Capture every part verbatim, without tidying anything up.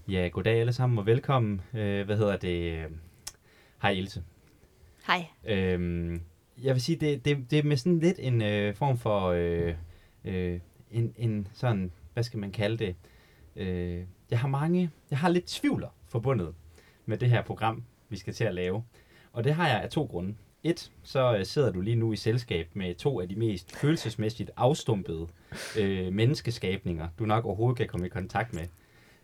Ja, goddag alle sammen og velkommen. Øh, hvad hedder det? Hej Ilse. Hej. Øhm, jeg vil sige, det, det, det er med sådan lidt en øh, form for øh, øh, en, en sådan, hvad skal man kalde det? Øh, jeg har mange, jeg har lidt tvivler forbundet med det her program, vi skal til at lave. Og det har jeg af to grunde. Et, så øh, sidder du lige nu i selskab med to af de mest følelsesmæssigt afstumpede øh, menneskeskabninger, du nok overhovedet kan komme i kontakt med.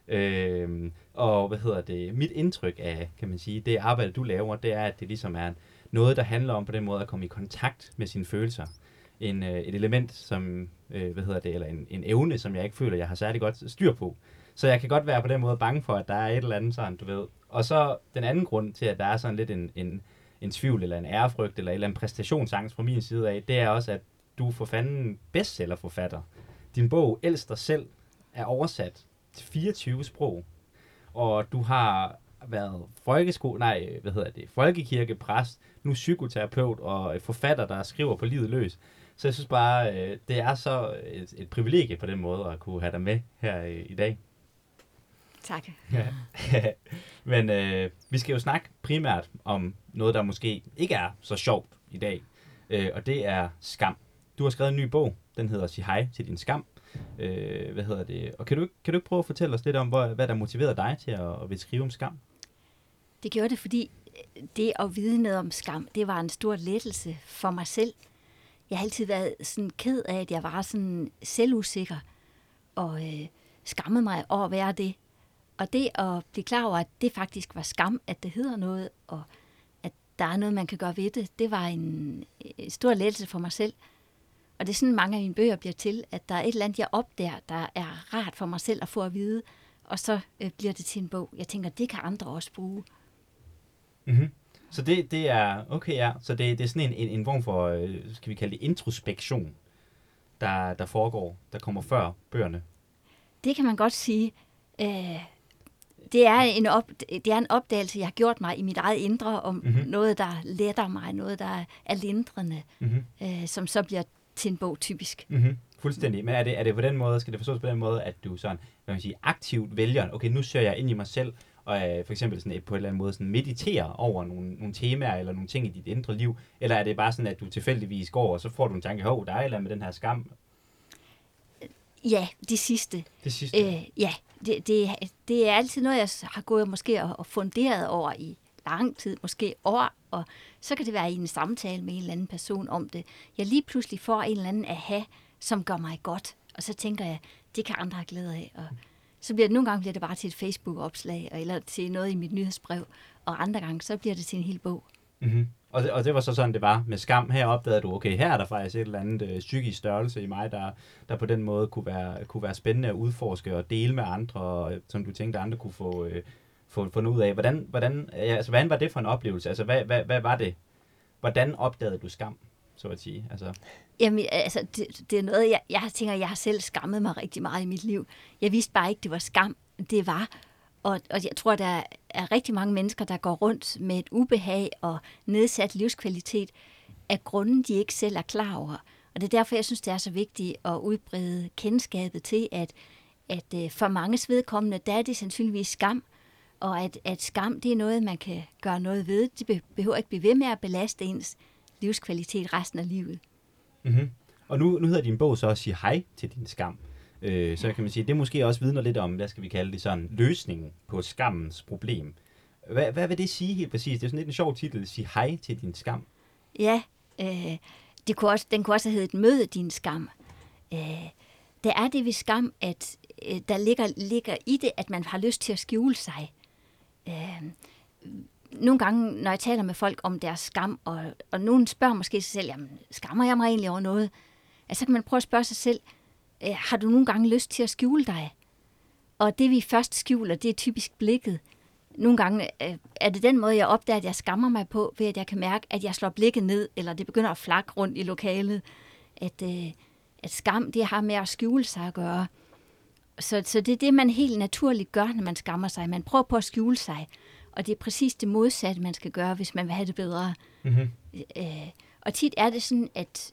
Øhm, og hvad hedder det, mit indtryk af, kan man sige, det arbejde, du laver, det er, at det ligesom er noget, der handler om på den måde at komme i kontakt med sine følelser. En, øh, et element, som, øh, hvad hedder det, eller en, en evne, som jeg ikke føler, jeg har særlig godt styr på. Så jeg kan godt være på den måde bange for, at der er et eller andet sådan, du ved. Og så den anden grund til, at der er sådan lidt en, en, en tvivl, eller en ærefrygt, eller en eller anden præstationsangst fra min side af, det er også, at du er for fanden bestsellerforfatter. Din bog, Elsk dig selv, er oversat til fireogtyve sprog, og du har været folkeskole, nej, hvad hedder det, folkekirkepræst, nu psykoterapeut og forfatter, der skriver på livet løs. Så jeg synes bare, det er så et, et privilegie på den måde at kunne have dig med her i, i dag. Tak. Ja. Men øh, vi skal jo snakke primært om noget, der måske ikke er så sjovt i dag, øh, og det er skam. Du har skrevet en ny bog, den hedder Sig hej til din skam. Øh, hvad hedder det? Og kan du, kan du ikke prøve at fortælle os lidt om, hvor, hvad der motiverede dig til at, at vil skrive om skam? Det gjorde det, fordi det at vide noget om skam, det var en stor lettelse for mig selv. Jeg har altid været sådan ked af, at jeg var sådan selvusikker og øh, skammede mig over at være det. Og det at blive klar over, at det faktisk var skam, at det hedder noget, og at der er noget, man kan gøre ved det, det var en, en stor lettelse for mig selv. Og det er sådan, mange af mine bøger bliver til, at der er et eller andet, jeg opdager, der er rart for mig selv at få at vide, og så øh, bliver det til en bog. Jeg tænker, det kan andre også bruge. Mm-hmm. Så det, det er, okay ja, så det, det er sådan en, en, en form for, skal vi kalde det, introspektion, der, der foregår, der kommer før bøgerne. Det kan man godt sige. Øh, det, er en op, det er en opdagelse, jeg har gjort mig i mit eget indre, om mm-hmm. noget, der letter mig, noget, der er lindrende, mm-hmm. øh, som så bliver til en bog typisk. Mm-hmm. Fuldstændig. Men er det, er det på den måde, skal det forstås på den måde, at du sådan, hvad man sige, aktivt vælger, okay, nu søger jeg ind i mig selv, og øh, for eksempel sådan, på en eller anden måde sådan, mediterer over nogle, nogle temaer eller nogle ting i dit indre liv, eller er det bare sådan, at du tilfældigvis går, og så får du en tanke, hov, der er et eller andet med den her skam? Ja, det sidste. Det sidste? Øh, ja, det, det, det er altid noget, jeg har gået måske og funderet over i lang tid, måske år, og så kan det være i en samtale med en eller anden person om det. Jeg lige pludselig får en eller anden aha, som gør mig godt, og så tænker jeg, det kan andre have glæde af, og så bliver det nogle gange bliver det bare til et Facebook-opslag, eller til noget i mit nyhedsbrev, og andre gange, så bliver det til en hel bog. Mm-hmm. Og, det, og det var så sådan, det var med skam. Her opdagede du, okay, her er der faktisk et eller andet øh, psykisk størrelse i mig, der, der på den måde kunne være, kunne være spændende at udforske og dele med andre, og, som du tænkte, andre kunne få, øh, få fundet ud af. Hvordan, hvordan, ja, altså, hvordan var det for en oplevelse? Altså, hvad, hvad, hvad var det? Hvordan opdagede du skam, så at sige? Altså... Jamen, altså, det, det er noget, jeg, jeg tænker, jeg har selv skammet mig rigtig meget i mit liv. Jeg vidste bare ikke, det var skam. Det var... Og, og jeg tror, der er rigtig mange mennesker, der går rundt med et ubehag og nedsat livskvalitet af grunden, de ikke selv er klar over. Og det er derfor, jeg synes, det er så vigtigt at udbrede kendskabet til, at, at for manges vedkommende, der er det sandsynligvis skam, og at, at skam, det er noget, man kan gøre noget ved. Det behøver ikke blive ved med at belaste ens livskvalitet resten af livet. Mm-hmm. Og nu, nu hedder din bog så at sige hej til din skam. Øh, så kan man sige, det måske også vidner lidt om, hvad skal vi kalde det sådan, løsningen på skammens problem. Hvad, hvad vil det sige helt præcis? Det er sådan lidt en sjov titel, sige hej til din skam. Ja, øh, det kunne også, den kunne også have heddet møde din skam. Øh, der er det ved skam, at øh, der ligger, ligger i det, at man har lyst til at skjule sig. Øh, nogle gange, når jeg taler med folk om deres skam, og, og nogen spørger måske sig selv, jamen, skammer jeg mig egentlig over noget? Altså, så kan man prøve at spørge sig selv, har du nogle gange lyst til at skjule dig? Og det vi først skjuler, det er typisk blikket. Nogle gange er det den måde, jeg opdager, at jeg skammer mig på, ved at jeg kan mærke, at jeg slår blikket ned, eller det begynder at flakke rundt i lokalet. At, at skam, det har med at skjule sig at gøre. Så, så det er det, man helt naturligt gør, når man skammer sig. Man prøver på at skjule sig. Og det er præcis det modsatte, man skal gøre, hvis man vil have det bedre. Mm-hmm. Øh, og tit er det sådan, at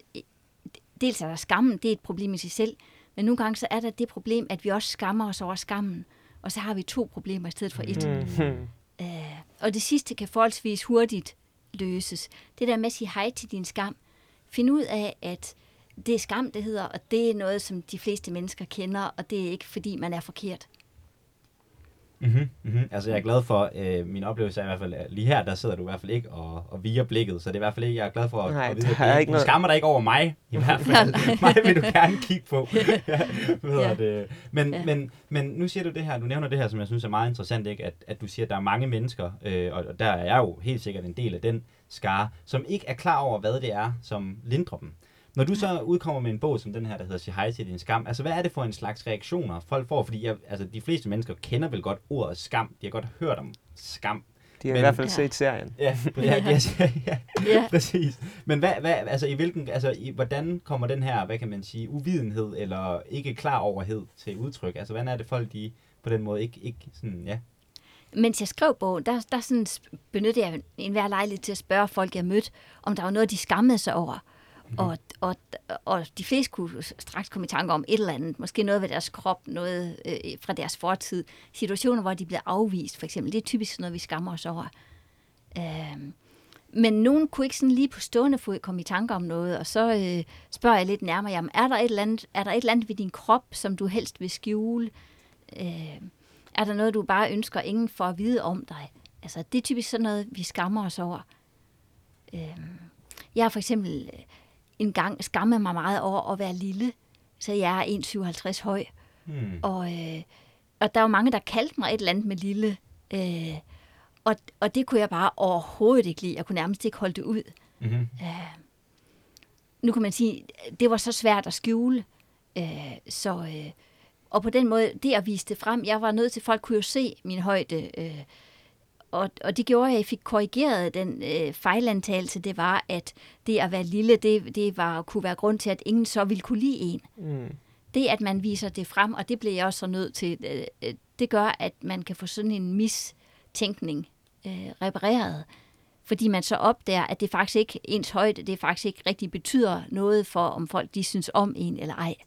dels er der skammen, det er et problem i sig selv, men nogle gange så er der det problem, at vi også skammer os over skammen. og så har vi to problemer i stedet for et. Mm-hmm. Øh, og det sidste kan forholdsvis hurtigt løses. Det der med at sige hej til din skam. Find ud af, at det er skam, det hedder, og det er noget, som de fleste mennesker kender, og det er ikke, fordi man er forkert. Mm-hmm, mm-hmm. Altså jeg er glad for, øh, min oplevelse er i hvert fald, at lige her, der sidder du i hvert fald ikke og, og viger blikket, så det er i hvert fald ikke, jeg er glad for at, Nej, at vide, der er at ikke du noget... skammer dig ikke over mig, i hvert fald. Mig vil du gerne kigge på. ja, ja. Det. Men, ja. men, men nu siger du det her, du nævner det her, som jeg synes er meget interessant, ikke? At, at du siger, at der er mange mennesker, øh, og der er jeg jo helt sikkert en del af den skare, som ikke er klar over, hvad det er, som lindrer dem. Når du så udkommer med en bog som den her, der hedder Sig hej til din skam, altså hvad er det for en slags reaktioner folk får? Fordi jeg, altså, de fleste mennesker kender vel godt ordet skam. De har godt hørt om skam. De har men, i hvert fald ja. set serien. Ja, ja, ja, ja, ja, Ja. præcis. Men hvad, hvad, altså, i hvilken, altså, i, hvordan kommer den her, hvad kan man sige, uvidenhed eller ikke klar overhed til udtryk? Altså hvordan er det folk, de på den måde ikke, ikke sådan, ja... Mens jeg skrev bogen, der, der sådan benyttede jeg enhver lejlighed til at spørge folk, jeg mødte, om der var noget, de skammede sig over. Mm-hmm. Og, og, og de fleste kunne straks komme i tanke om et eller andet. Måske noget ved deres krop, noget øh, fra deres fortid. Situationer, hvor de blev afvist, for eksempel. Det er typisk noget, vi skammer os over. Øh, men nogen kunne ikke sådan lige på stående fod komme i tanke om noget, og så øh, spørger jeg lidt nærmere, jamen, er der et eller andet, er der et eller andet ved din krop, som du helst vil skjule? Øh, er der noget, du bare ønsker ingen for at vide om dig? Altså, det er typisk sådan noget, vi skammer os over. Øh, jeg har for eksempel en gang skammet mig meget over at være lille, så jeg er en komma syvoghalvtreds høj. Hmm. Og, øh, og der var mange, der kaldte mig et eller andet med lille. Øh, og, og det kunne jeg bare overhovedet ikke lide. Jeg kunne nærmest ikke holde det ud. Mm-hmm. Øh, nu kan man sige, det var så svært at skjule. Øh, så, øh, og på den måde, det at vise det frem, jeg var nødt til, folk kunne jo se min højde. Øh, Og, og det gjorde, at jeg fik korrigeret den øh, fejlantagelse, det var, at det at være lille, det, det var, kunne være grund til, at ingen så ville kunne lide en. Mm. Det, at man viser det frem, og det blev jeg også så nødt til, øh, det gør, at man kan få sådan en mistænkning øh, repareret. Fordi man så opdager, at det faktisk ikke, ens højde, det faktisk ikke rigtig betyder noget for, om folk de synes om en eller ej.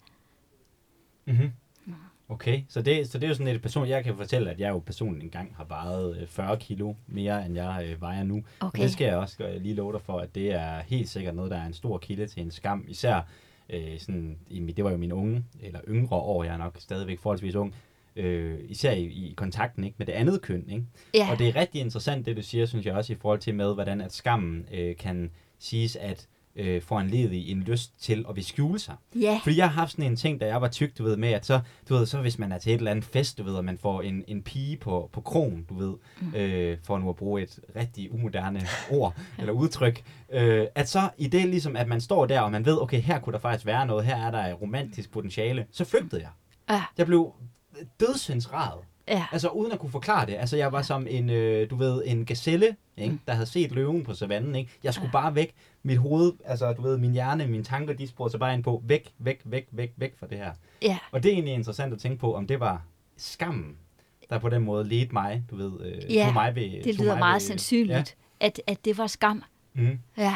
Mm-hmm. Okay, så det, så det er jo sådan et person, jeg kan fortælle, at jeg jo personligt engang har vejet fyrre kilo mere, end jeg øh, vejer nu. Okay. Og det skal jeg også gøre, lige love dig for, at det er helt sikkert noget, der er en stor kilde til en skam. Især, øh, sådan, i, det var jo mine unge, eller yngre år, jeg er nok stadigvæk forholdsvis ung, øh, især i, i kontakten ikke, med det andet køn. Ikke? Ja. Og det er rigtig interessant, det du siger, synes jeg også, i forhold til med, hvordan at skammen øh, kan siges at øh, foranledig en lyst til at vil skjule sig. Yeah. Fordi jeg har haft sådan en ting, da jeg var tyk, du ved, med at så, du ved, så hvis man er til et eller andet fest, du ved, og man får en, en pige på, på krogen, du ved, mm. øh, for nu at bruge et rigtig umoderne ord eller udtryk, øh, at så i det ligesom, at man står der, og man ved, okay, her kunne der faktisk være noget, her er der et romantisk potentiale, så flygtede jeg. Ah. Jeg blev dødsensradet. Ja. Altså uden at kunne forklare det. Altså jeg var som en, øh, du ved, en gazelle, ikke? Mm. Der havde set løven på savannen, ikke? Jeg skulle ja. bare væk. Mit hoved, altså du ved, min hjerne, mine tanker, de spurgte sig bare ind på, væk, væk, væk, væk, væk fra det her. Ja. Og det er egentlig interessant at tænke på, om det var skammen, der på den måde ledte mig, du ved, øh, ja, tog mig ved... det lyder meget ved, sandsynligt, ja. at, at det var skam. Mm. Ja.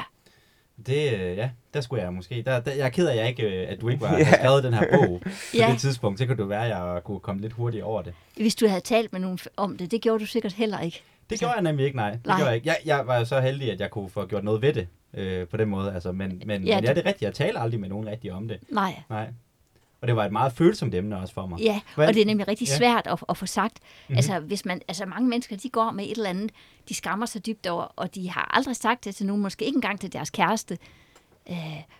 Det, ja, der skulle jeg måske. Der, der, jeg er ked af, jeg ikke, at du ikke var yeah. skrevet den her bog på ja. det tidspunkt. Så kunne det være, at jeg kunne komme lidt hurtigt over det. Hvis du havde talt med nogen om det, det gjorde du sikkert heller ikke. Det så. gjorde jeg nemlig ikke, nej. Det nej. gjorde jeg ikke. Jeg, jeg var så heldig, at jeg kunne få gjort noget ved det øh, på den måde. Altså, men, men, ja, men ja, det er rigtigt. Jeg taler aldrig med nogen rigtig om det. Nej. Nej. Og det var et meget følsomt emne også for mig. Ja, Hvad? og det er nemlig rigtig ja. svært at, at få sagt. Mm-hmm. Altså, hvis man, altså, mange mennesker, de går med et eller andet, de skammer sig dybt over, og de har aldrig sagt det til nogen, måske ikke engang til deres kæreste. Øh,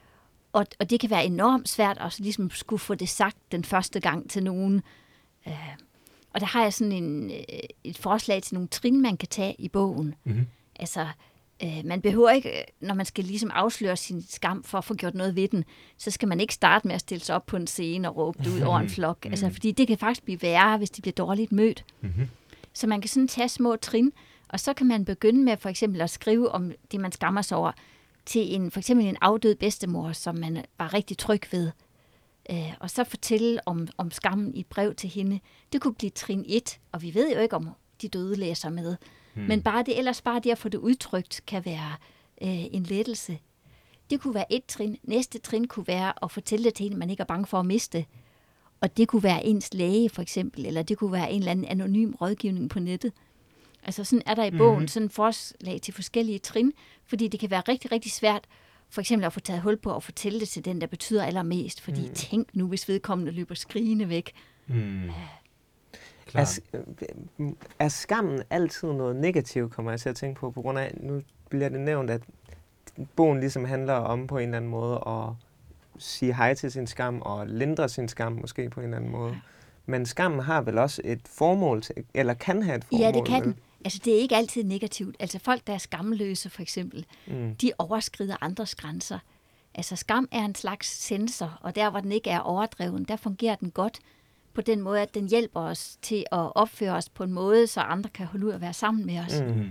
og, og det kan være enormt svært at ligesom skulle få det sagt den første gang til nogen. Øh, og der har jeg sådan en, et forslag til nogle trin, man kan tage i bogen. Mm-hmm. Altså, øh, man behøver ikke, når man skal ligesom afsløre sin skam for at få gjort noget ved den, så skal man ikke starte med at stille sig op på en scene og råbe det ud over en flok. Mm-hmm. Altså, fordi det kan faktisk blive værre, hvis de bliver dårligt mødt. Mm-hmm. Så man kan sådan tage små trin, og så kan man begynde med for eksempel at skrive om det, man skammer sig over, til en, for eksempel en afdød bedstemor, som man var rigtig tryg ved. Øh, og så fortælle om, om skammen i et brev til hende. Det kunne blive trin et, og vi ved jo ikke, om de døde læser med. Hmm. Men bare det, ellers bare det at få det udtrykt, kan være øh, en lettelse. Det kunne være et trin. Næste trin kunne være at fortælle det til hende, man ikke er bange for at miste. Og det kunne være ens læge, for eksempel, eller det kunne være en eller anden anonym rådgivning på nettet. Altså sådan er der i bogen mm-hmm. sådan forslag til forskellige trin, fordi det kan være rigtig, rigtig svært, for eksempel at få taget hul på og fortælle det til den, der betyder allermest. Fordi mm. tænk nu, hvis vedkommende løber skrigende væk. Mm. Er, er skammen altid noget negativt, kommer jeg til at tænke på, på grund af, nu bliver det nævnt, at bogen ligesom handler om på en eller anden måde at sige hej til sin skam og lindre sin skam måske på en eller anden måde. Men skammen har vel også et formål, til, eller kan have et formål? Ja, det kan den. Altså, det er ikke altid negativt. Altså, folk, der er skamløse, for eksempel, mm. de overskrider andres grænser. Altså, skam er en slags sensor, og der, hvor den ikke er overdreven, der fungerer den godt på den måde, at den hjælper os til at opføre os på en måde, så andre kan holde ud og være sammen med os. Mm.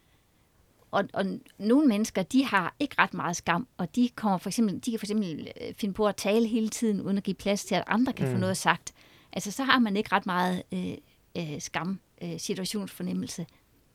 Og, og nogle mennesker, de har ikke ret meget skam, og de, kommer for eksempel, de kan for eksempel finde på at tale hele tiden, uden at give plads til, at andre kan mm. få noget sagt. Altså, så har man ikke ret meget øh, øh, skam, øh, situationsfornemmelse.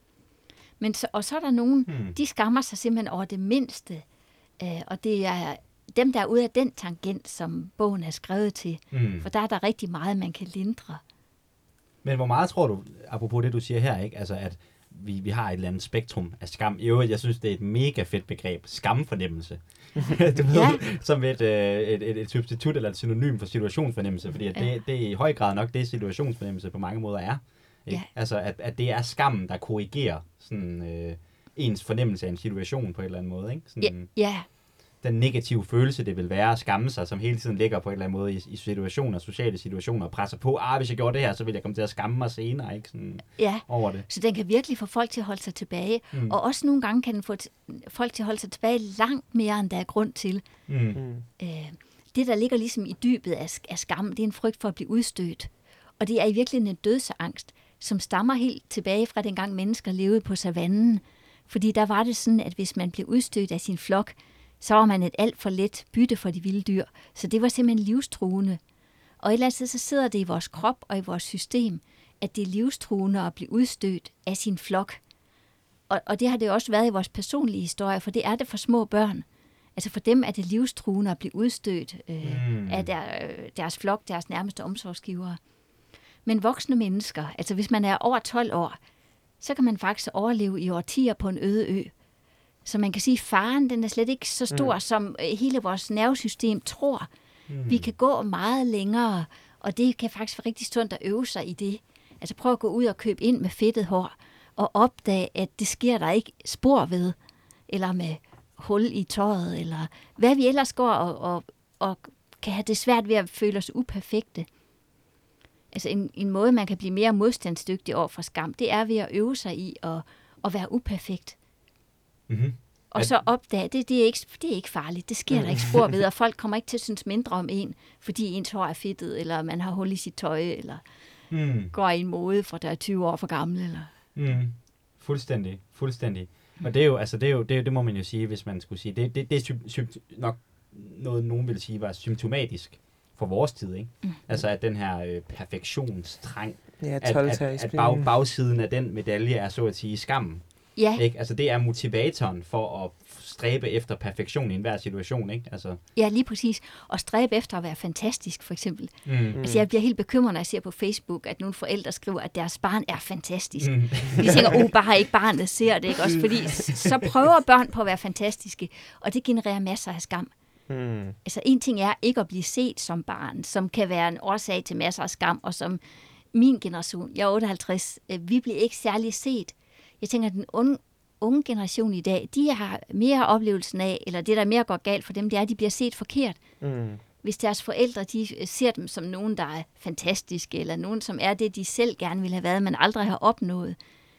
Men så, og så er der nogen, mm. de skammer sig simpelthen over det mindste. Øh, og det er dem, der er ude af den tangent, som bogen er skrevet til. Mm. For der er der rigtig meget, man kan lindre. Men hvor meget tror du, apropos det, du siger her, ikke? Altså, at vi, vi har et eller andet spektrum af skam. I øvrigt, jeg synes, det er et mega fedt begreb. Skamfornemmelse. du ved, ja. Som et, et, et, et substitut eller et synonym for situationsfornemmelse. Fordi at ja. det, det er i høj grad nok det, situationsfornemmelse på mange måder er. Ikke? Ja. Altså, at, at det er skammen, der korrigerer sådan, øh, ens fornemmelse af en situation på en eller anden måde. Ikke? Sådan, ja. ja. Den negative følelse, det vil være at skamme sig, som hele tiden ligger på en eller anden måde i, i situationer, sociale situationer, og presser på, ah, hvis jeg gjorde det her, så vil jeg komme til at skamme mig senere, ikke? Sådan, ja, over det. Så den kan virkelig få folk til at holde sig tilbage, mm. og også nogle gange kan den få t- folk til at holde sig tilbage langt mere, end der er grund til. Mm. Øh, det, der ligger ligesom i dybet af, af skam, det er en frygt for at blive udstødt, og det er i virkeligheden en dødsangst, som stammer helt tilbage fra dengang mennesker levede på savannen, fordi der var det sådan, at hvis man blev udstødt af sin flok, så var man et alt for let bytte for de vilde dyr. Så det var simpelthen livstruende. Og et eller andet sted, så sidder det i vores krop og i vores system, at det er livstruende at blive udstødt af sin flok. Og, og det har det også været i vores personlige historie, for det er det for små børn. Altså for dem er det livstruende at blive udstødt øh, mm. af der, deres flok, deres nærmeste omsorgsgivere. Men voksne mennesker, altså hvis man er over tolv år, så kan man faktisk overleve i årtier på en øde ø. Så man kan sige, at faren den er slet ikke så stor, mm. som hele vores nervesystem tror. Mm. Vi kan gå meget længere, og det kan faktisk være rigtig sundt at øve sig i det. Altså prøv at gå ud og købe ind med fedtet hår, og opdage, at det sker der ikke spor ved, eller med hul i tøjet, eller hvad vi ellers går og, og, og kan have det svært ved at føle os uperfekte. Altså en, en måde, man kan blive mere modstandsdygtig over for skam, det er ved at øve sig i at, at være uperfekt. Mm-hmm. Og så opdage, det, det, er ikke, det er ikke farligt, det sker der ikke spor ved, og folk kommer ikke til at synes mindre om en, fordi ens hår er fedtet, eller man har hul i sit tøj, eller mm. går i en mode, for der er tyve år for gammel. Eller. Mm. Fuldstændig, fuldstændig. Og det er jo, altså det er jo, det, det må man jo sige, hvis man skulle sige, det, det, det er sy- sy- nok noget, nogen vil sige var symptomatisk for vores tid, ikke? Mm. Altså at den her øh, perfektionstrang, ja, at, at, at bag, bagsiden af den medalje er så at sige skammen. Ja. Ikke? Altså det er motivatoren for at stræbe efter perfektion i enhver situation, ikke? Altså. Ja, lige præcis. Og stræbe efter at være fantastisk, for eksempel. Mm. Altså jeg bliver helt bekymret, når jeg ser på Facebook, at nogle forældre skriver, at deres barn er fantastisk. Mm. De tænker, åh, oh, bare ikke barnet ser det, ikke? Også fordi så prøver børn på at være fantastiske, og det genererer masser af skam. Mm. Altså en ting er ikke at blive set som barn, som kan være en årsag til masser af skam, og som min generation, jeg er otteoghalvtreds, vi bliver ikke særlig set. Jeg tænker, at den unge, unge generation i dag, de har mere oplevelsen af, eller det, der mere går galt for dem, det er, at de bliver set forkert. Mm. Hvis deres forældre, de ser dem som nogen, der er fantastiske, eller nogen, som er det, de selv gerne ville have været, men aldrig har opnået.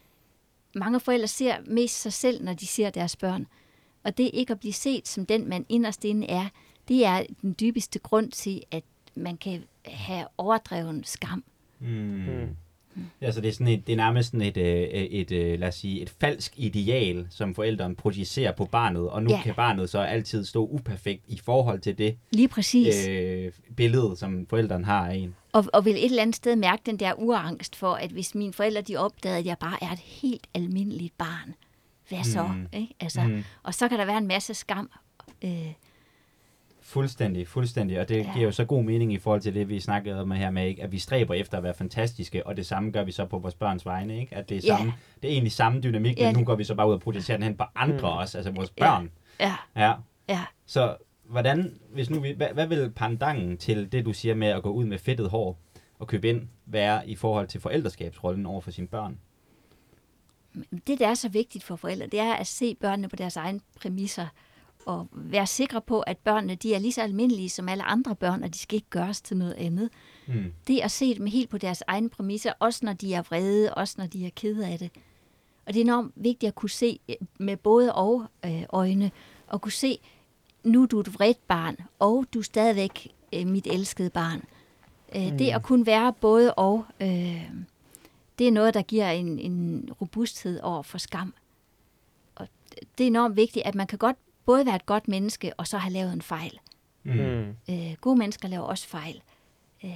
Mange forældre ser mest sig selv, når de ser deres børn. Og det ikke at blive set som den, man inderst inde er, det er den dybeste grund til, at man kan have overdreven skam. Mm. Mm. Altså det er sådan et, det er nærmest sådan et, et, et, lad os sige, et falsk ideal, som forældrene projicerer på barnet, og nu ja. kan barnet så altid stå uperfekt i forhold til det lige præcis. Øh, billede, som forældrene har af en. Og, og vil et eller andet sted mærke den der urangst for, at hvis mine forældre de opdagede, at jeg bare er et helt almindeligt barn, hvad så? Mm. Ikke? Altså, mm. Og så kan der være en masse skam. Øh, Fuldstændig, fuldstændig. Og det Ja. giver jo så god mening i forhold til det, vi snakkede om her med, ikke? At vi stræber efter at være fantastiske, og det samme gør vi så på vores børns vegne. Ikke? At det er, Ja. samme, det er egentlig samme dynamik, Ja, men nu det- går vi så bare ud og projicerer den hen på andre Mm. også, altså vores Ja. børn. Ja, Ja. ja. Så hvordan, hvis nu vi, hvad, hvad vil pandangen til det, du siger med at gå ud med fedtet hår og købe ind, være i forhold til forældreskabsrollen over for sine børn? Det, der er så vigtigt for forældre, det er at se børnene på deres egne præmisser, og være sikre på, at børnene de er lige så almindelige som alle andre børn, og de skal ikke gøres til noget andet. Mm. Det at se dem helt på deres egne præmisser, også når de er vrede, også når de er kede af det. Og det er enormt vigtigt at kunne se med både og øh, øjne, og kunne se, nu er du et vredt barn, og du er stadigvæk øh, mit elskede barn. Øh, mm. Det at kunne være både og, øh, det er noget, der giver en, en robusthed over for skam. Og det er enormt vigtigt, at man kan godt både være et godt menneske, og så have lavet en fejl. Mm. Mm. Øh, gode mennesker laver også fejl. Øh,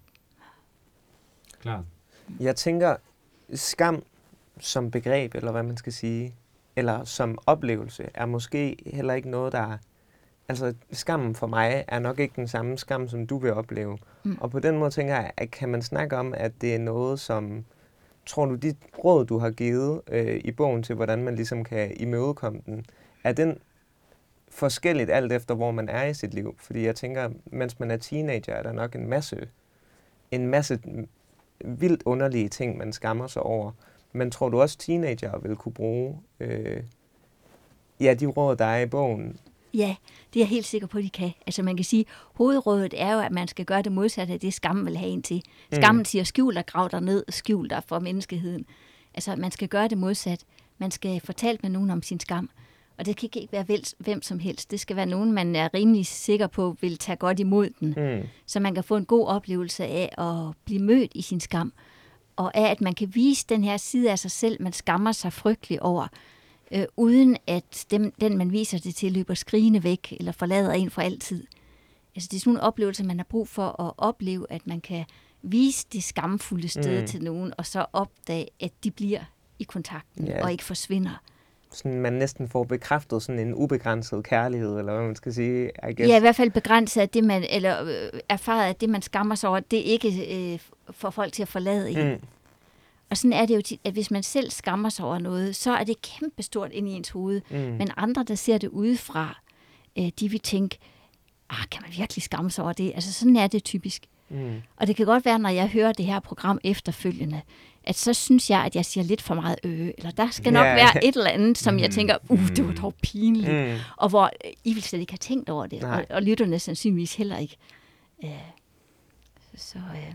Klart. Jeg tænker, skam som begreb, eller hvad man skal sige, eller som oplevelse, er måske heller ikke noget, der... Altså, skammen for mig er nok ikke den samme skam, som du vil opleve. Mm. Og på den måde tænker jeg, at kan man snakke om, at det er noget, som... Tror du, de råd, du har givet øh, i bogen til, hvordan man ligesom kan imødekomme den, er den forskelligt alt efter, hvor man er i sit liv? Fordi jeg tænker, mens man er teenager, er der nok en masse, en masse vildt underlige ting, man skammer sig over. Men tror du også, teenager vil kunne bruge øh, ja, de råd, der er i bogen? Ja, det er jeg helt sikker på, at de kan. Altså man kan sige, hovedrådet er jo, at man skal gøre det modsatte af det, skammen vil have en til. Skammen mm. siger, skjul dig, grav dig ned, skjul dig for menneskeheden. Altså man skal gøre det modsat. Man skal fortælle med nogen om sin skam. Og det kan ikke være vel, hvem som helst. Det skal være nogen, man er rimelig sikker på, vil tage godt imod den. Mm. Så man kan få en god oplevelse af at blive mødt i sin skam. Og af, at man kan vise den her side af sig selv, man skammer sig frygtelig over, øh, uden at dem, den, man viser det til, løber skrigende væk, eller forlader en for altid. Altså, det er sådan en oplevelse, man har brug for at opleve, at man kan vise det skamfulde sted Mm. til nogen, og så opdage, at de bliver i kontakten, Ja. og ikke forsvinder. Sådan, man næsten får bekræftet sådan en ubegrænset kærlighed, eller hvad man skal sige, I guess. Ja, i hvert fald begrænset af det, man, eller øh, erfaret af det, man skammer sig over, det er ikke øh, får folk til at forlade en. Mm. Og sådan er det jo tit, at hvis man selv skammer sig over noget, så er det kæmpestort inde i ens hoved. Mm. Men andre, der ser det udefra, øh, de vil tænke, ah, kan man virkelig skamme sig over det? Altså sådan er det typisk. Mm. Og det kan godt være, når jeg hører det her program efterfølgende, at så synes jeg, at jeg siger lidt for meget øh, eller der skal nok Ja. være et eller andet, som jeg Mm. tænker, uh, det var dog pinligt. Mm. Og hvor øh, I vil slet ikke have tænkt over det, Nej. og, og lytterne sandsynligvis heller ikke. Øh, så øh,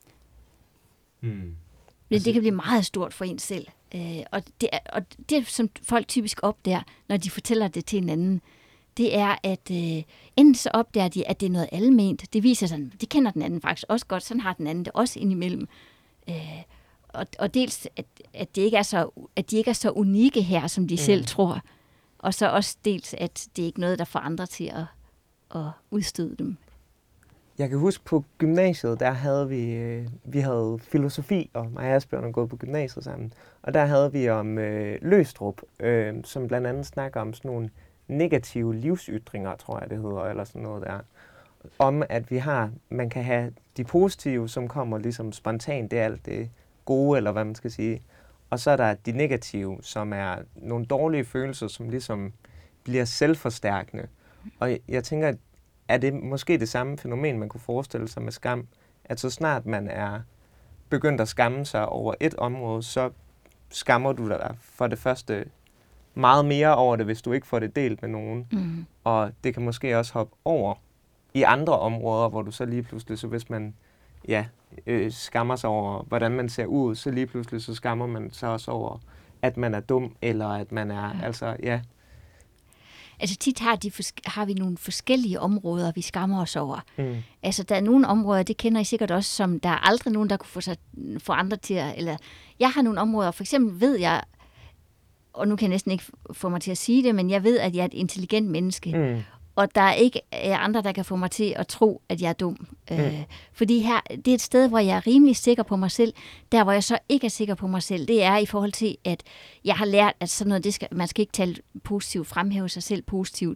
Mm. men Altså- det kan blive meget stort for en selv. Øh, og, det er, og det, som folk typisk opdager, når de fortæller det til en anden, det er, at øh, enten så opdager de, at det er noget alment. Det viser sig, det kender den anden faktisk også godt, sådan har den anden det også indimellem. Øh, og, og dels, at, at, det ikke er så, at de ikke er så unikke her, som de mm. selv tror. Og så også dels, at det ikke er noget, der får andre til at, at udstøde dem. Jeg kan huske på gymnasiet, der havde vi, øh, vi havde filosofi, og mig og Asbjørn har gået på gymnasiet sammen. Og der havde vi om øh, Løstrup, øh, som blandt andet snakker om sådan nogle negative livsytringer, tror jeg det hedder, eller sådan noget der. Om at vi har, man kan have de positive, som kommer ligesom spontant, det er alt det gode, eller hvad man skal sige. Og så er der de negative, som er nogle dårlige følelser, som ligesom bliver selvforstærkende. Og jeg, jeg tænker, at er det måske det samme fænomen, man kunne forestille sig med skam, at så snart man er begyndt at skamme sig over et område, så skammer du dig for det første meget mere over det, hvis du ikke får det delt med nogen. Mm. Og det kan måske også hoppe over i andre områder, hvor du så lige pludselig, så hvis man ja, øh, skammer sig over, hvordan man ser ud, så lige pludselig så skammer man sig også over, at man er dum, eller at man er, ja. altså, ja. Altså tit har, de, har vi nogle forskellige områder, vi skammer os over. Mm. Altså der er nogle områder, det kender I sikkert også, som der er aldrig nogen, der kunne få, sig, få andre til at... Eller jeg har nogle områder, for eksempel ved jeg, og nu kan jeg næsten ikke få mig til at sige det, men jeg ved, at jeg er et intelligent menneske. Mm. Og der er ikke andre, der kan få mig til at tro, at jeg er dum. Mm. Øh, fordi her, det er et sted, hvor jeg er rimelig sikker på mig selv. Der, hvor jeg så ikke er sikker på mig selv, det er i forhold til, at jeg har lært, at sådan noget, det skal, man skal ikke tale positivt, fremhæve sig selv positivt.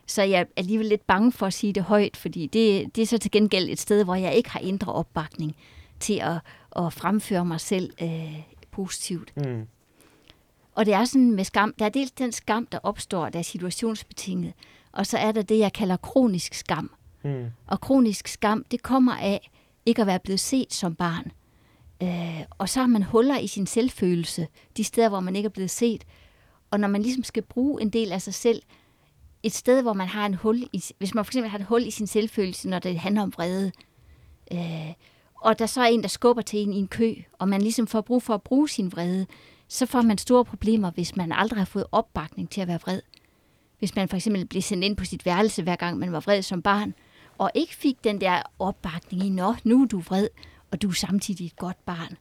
Så jeg er alligevel lidt bange for at sige det højt, fordi det, det er så til gengæld et sted, hvor jeg ikke har indre opbakning til at, at fremføre mig selv øh, positivt. Mm. Og det er sådan med skam, der er dels den skam, der opstår, der er situationsbetinget, og så er der det, jeg kalder kronisk skam. Mm. Og kronisk skam, det kommer af ikke at være blevet set som barn. Øh, og så har man huller i sin selvfølelse, de steder, hvor man ikke er blevet set. Og når man ligesom skal bruge en del af sig selv, et sted, hvor man har en hul, i, hvis man for eksempel har et hul i sin selvfølelse, når det handler om vrede, øh, og der så er en, der skubber til en i en kø, og man ligesom får brug for at bruge sin vrede, så får man store problemer, hvis man aldrig har fået opbakning til at være vred. Hvis man for eksempel bliver sendt ind på sit værelse, hver gang man var vred som barn, og ikke fik den der opbakning i, nå, nu er du vred, og du er samtidig et godt barn.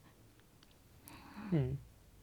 Mm.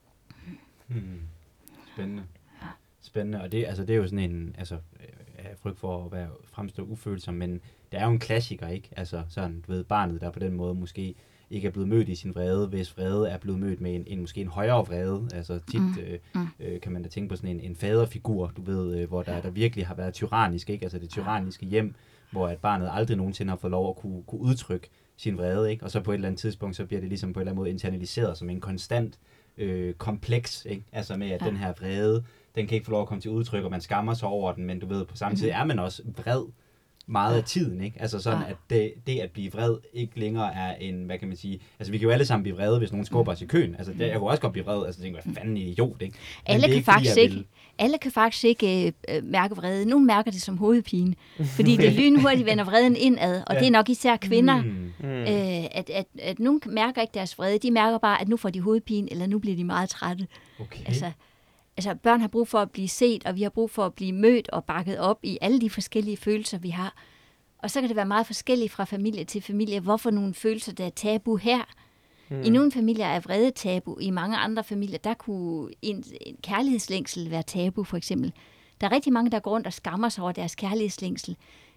Hmm. Spændende. Spændende, og det, altså, det er jo sådan en, altså, jeg har frygt for at være fremstå ufølsom, men det er jo en klassiker, ikke? Altså sådan, du ved, barnet, der på den måde måske ikke er blevet mødt i sin vrede, hvis vrede er blevet mødt med en, en måske en højere vrede. Altså tit Mm. øh, Mm. øh, kan man da tænke på sådan en, en faderfigur, du ved, øh, hvor der, der virkelig har været tyrannisk, ikke? Altså det tyranniske hjem, hvor at barnet aldrig nogensinde har fået lov at kunne, kunne udtrykke sin vrede, ikke? Og så på et eller andet tidspunkt, så bliver det ligesom på en eller anden måde internaliseret som en konstant øh, kompleks, ikke? Altså med, at Ja. den her vrede, den kan ikke få lov at komme til udtryk, og man skammer sig over den, men du ved, på samme tid er man også vred meget af tiden, ikke? Altså sådan, at det, det at blive vred ikke længere er en, hvad kan man sige, altså vi kan jo alle sammen blive vrede, hvis nogen skubber os i køen. Altså det, jeg kunne også godt blive vred, altså tænke, hvad fanden en idiot, ikke? Men Alle det er kan, fordi, faktisk jeg ikke, vil- alle kan faktisk ikke øh, mærke vrede. Nogle mærker det som hovedpine, fordi det lynhurtigt vender vreden indad, og Ja. det er nok især kvinder. Hmm. Mm. Øh, at, at, at nogle mærker ikke deres vrede, de mærker bare, at nu får de hovedpine, eller nu bliver de meget trætte. Okay. Altså, altså børn har brug for at blive set, og vi har brug for at blive mødt og bakket op i alle de forskellige følelser, vi har. Og så kan det være meget forskelligt fra familie til familie, hvorfor nogle følelser, der er tabu her. Mm. I nogle familier er vrede tabu, i mange andre familier, der kunne en, en kærlighedslængsel være tabu, for eksempel. Der er rigtig mange, der går rundt og skammer sig over deres kærlighedslængsel.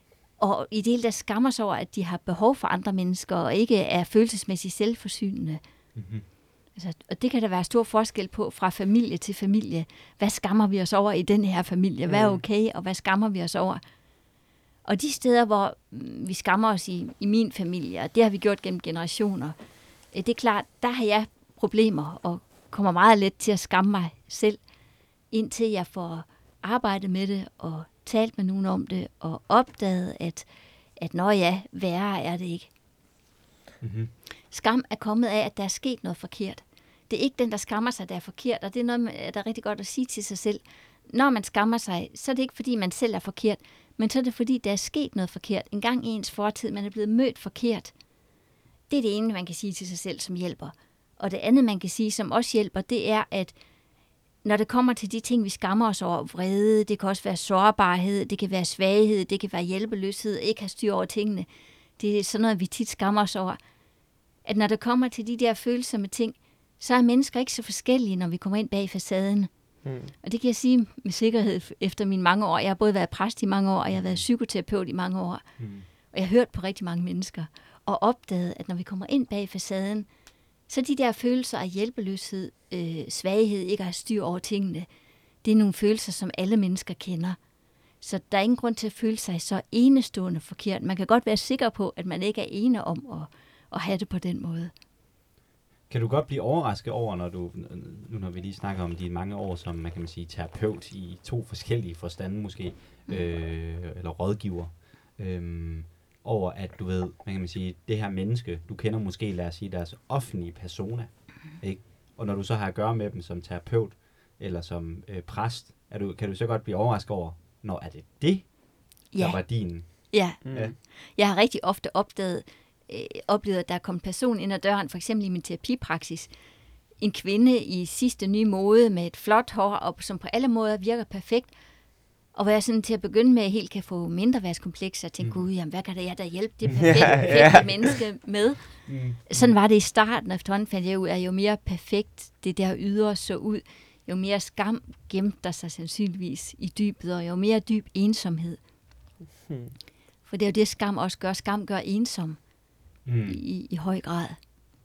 Og i det hele, der skammer sig over, at de har behov for andre mennesker, og ikke er følelsesmæssigt selvforsynende. Mm-hmm. Altså, og det kan der være stor forskel på fra familie til familie. Hvad skammer vi os over i den her familie? Hvad er okay, og hvad skammer vi os over? Og de steder, hvor mm, vi skammer os i, i min familie, og det har vi gjort gennem generationer, øh, det er klart, der har jeg problemer, og kommer meget let til at skamme mig selv, indtil jeg får arbejdet med det, og talt med nogen om det, og opdaget, at, at når ja, værre er det ikke. Mm-hmm. Skam er kommet af, at der er sket noget forkert. Det er ikke den, der skammer sig, der er forkert, og det er noget, der er rigtig godt at sige til sig selv. Når man skammer sig, så er det ikke, fordi man selv er forkert, men så er det, fordi der er sket noget forkert. En gang i ens fortid, man er blevet mødt forkert. Det er det ene, man kan sige til sig selv, som hjælper. Og det andet, man kan sige, som også hjælper, det er, at når det kommer til de ting, vi skammer os over, vrede, det kan også være sårbarhed, det kan være svaghed, det kan være hjælpeløshed, ikke have styr over tingene. Det er sådan noget, vi tit skammer os over. At når det kommer til de der følsomme ting, så er mennesker ikke så forskellige, når vi kommer ind bag facaden. Mm. Og det kan jeg sige med sikkerhed efter mine mange år. Jeg har både været præst i mange år, og jeg har været psykoterapeut i mange år. Mm. Og jeg har hørt på rigtig mange mennesker, og opdaget, at når vi kommer ind bag facaden, så de der følelser af hjælpeløshed, øh, svaghed, ikke at have styr over tingene, det er nogle følelser, som alle mennesker kender. Så der er ingen grund til at føle sig så enestående forkert. Man kan godt være sikker på, at man ikke er ene om at, at have det på den måde. Kan du godt blive overrasket over, når du, nu når vi lige snakker om de mange år som, man kan man sige, terapeut i to forskellige forstande måske, øh, eller rådgiver, øh, over at du ved, man kan man sige, det her menneske, du kender måske, lad os sige, deres offentlige persona, ikke? Og når du så har at gøre med dem som terapeut, eller som øh, præst, er du, kan du så godt blive overrasket over, når er det det, der Ja. var din? Ja. Mm. Ja. Jeg har rigtig ofte opdaget, øh, oplevet, at der er kommet en person ind ad døren, for eksempel i min terapipraksis. En kvinde i sidste nye mode med et flot hår, og som på alle måder virker perfekt. Og hvor jeg sådan til at begynde med helt kan få mindreværdskomplekser og tænke, Mm. gud, jamen, hvad kan der jeg der hjælpe det perfekte, Ja, perfekte ja. menneske med? Mm. Sådan var det i starten, og efterhånden fandt jeg ud af, at jo mere perfekt det der ydre så ud, jo mere skam gemte der sig sandsynligvis i dybet, og jo mere dyb ensomhed. Hmm. For det er jo det, skam også gør. Skam gør ensom Mm. i, i høj grad.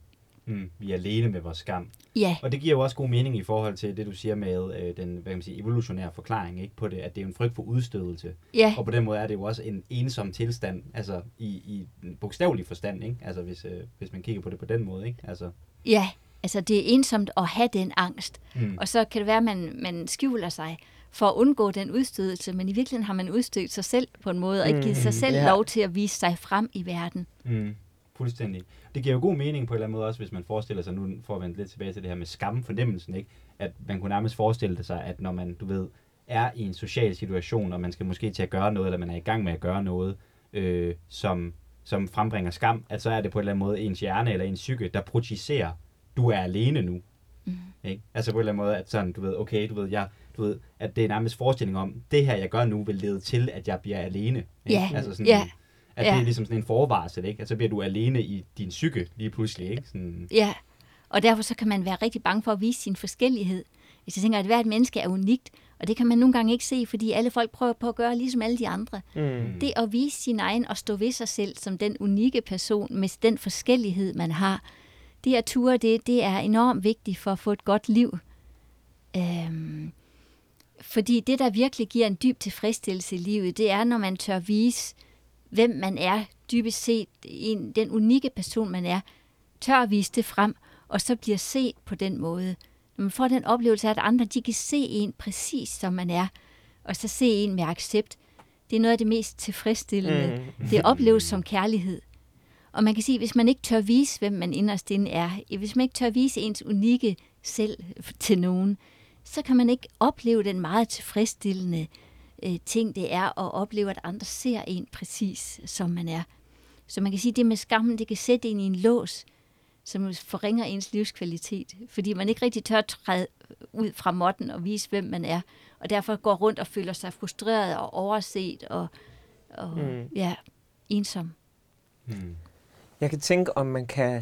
Mm, vi er alene med vores skam. Ja. Og det giver jo også god mening i forhold til det, du siger med øh, den hvad kan man sige, evolutionære forklaring, ikke, på det, at det er en frygt for udstødelse. Ja. Og på den måde er det jo også en ensom tilstand, altså i, i bogstavelig forstand, ikke? Altså hvis, øh, hvis man kigger på det på den måde, ikke? Altså. Ja, altså det er ensomt at have den angst. Mm. Og så kan det være, at man, man skjuler sig for at undgå den udstødelse, men i virkeligheden har man udstødt sig selv på en måde, og ikke givet sig selv ja. lov til at vise sig frem i verden. Mm. Fuldstændig. Det giver jo god mening på en eller anden måde også, hvis man forestiller sig, nu for at vende lidt tilbage til det her med skamfornemmelsen, ikke? At man kunne nærmest forestille sig, at når man, du ved, er i en social situation, og man skal måske til at gøre noget, eller man er i gang med at gøre noget, øh, som, som frembringer skam, at så er det på en eller anden måde ens hjerne eller ens psyke, der projicerer, du er alene nu. Mm. Ikke? Altså på en eller anden måde, at sådan, du ved, okay, du ved, jeg, du ved, at det er nærmest forestilling om, det her, jeg gør nu, vil lede til, at jeg bliver alene. Ikke? Ja, altså sådan, ja. At ja. det er ligesom sådan en forvarsel, ikke? At så bliver du alene i din psyke lige pludselig, ikke? Sådan. Ja, og derfor så kan man være rigtig bange for at vise sin forskellighed. Hvis jeg tænker, at hvert menneske er unikt, og det kan man nogle gange ikke se, fordi alle folk prøver på at gøre ligesom alle de andre. Mm. Det at vise sin egen og stå ved sig selv som den unikke person med den forskellighed, man har, det at ture det, det er enormt vigtigt for at få et godt liv. Øhm, fordi det, der virkelig giver en dyb tilfredsstillelse i livet, det er, når man tør vise, hvem man er, dybest set, en, den unikke person, man er, tør at vise det frem, og så bliver set på den måde. Når man får den oplevelse af, at andre de kan se en præcis, som man er, og så se en med accept, det er noget af det mest tilfredsstillende. Mm. Det opleves som kærlighed. Og man kan sige, hvis man ikke tør vise, hvem man inderst inde er, hvis man ikke tør vise ens unikke selv til nogen, så kan man ikke opleve den meget tilfredsstillende øh, ting, det er at opleve, at andre ser en præcis, som man er. Så man kan sige, at det med skammen, det kan sætte en i en lås, som forringer ens livskvalitet, fordi man ikke rigtig tør træde ud fra måtten og vise, hvem man er, og derfor går rundt og føler sig frustreret og overset og, og mm. ja, ensom. Mm. Jeg kan tænke, om man kan,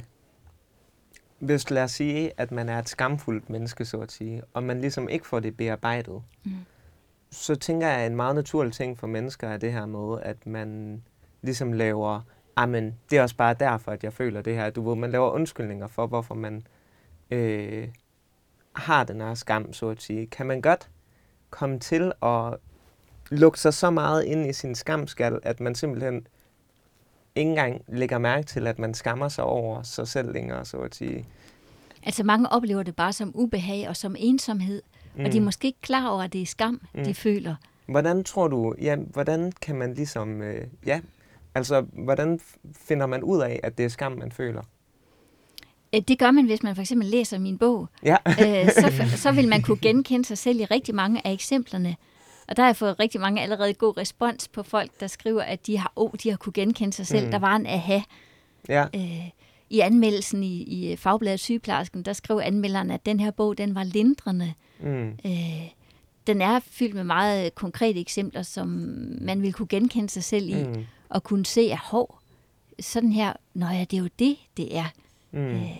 hvis lad os sige, at man er et skamfuldt menneske, så at sige, og man ligesom ikke får det bearbejdet, mm. så tænker jeg, at en meget naturlig ting for mennesker er det her med, at man ligesom laver, amen, det er også bare derfor, at jeg føler det her. Du ved, man laver undskyldninger for, hvorfor man øh, har den her skam, så at sige. Kan man godt komme til at lukke sig så meget ind i sin skamskal, at man simpelthen ikke engang lægger mærke til, at man skammer sig over sig selv længere, så at sige. Altså mange oplever det bare som ubehag og som ensomhed, mm. og de er måske ikke klar over, at det er skam, mm. de føler. Hvordan tror du, ja, hvordan kan man ligesom, øh, ja, altså hvordan finder man ud af, at det er skam, man føler? Det gør man, hvis man for eksempel læser min bog. Ja. øh, så, så vil man kunne genkende sig selv i rigtig mange af eksemplerne. Og der har jeg fået rigtig mange allerede god respons på folk, der skriver, at de har, oh, de har kunne genkende sig selv. Mm. Der var en aha. Ja. Øh, I anmeldelsen i, i Fagbladet Sygeplejersken, der skrev anmelderen, at den her bog, den var lindrende. Mm. Øh, den er fyldt med meget konkrete eksempler, som man vil kunne genkende sig selv i, mm. og kunne se, at hov, sådan her, nå ja, det er jo det, det er. Mm. Øh,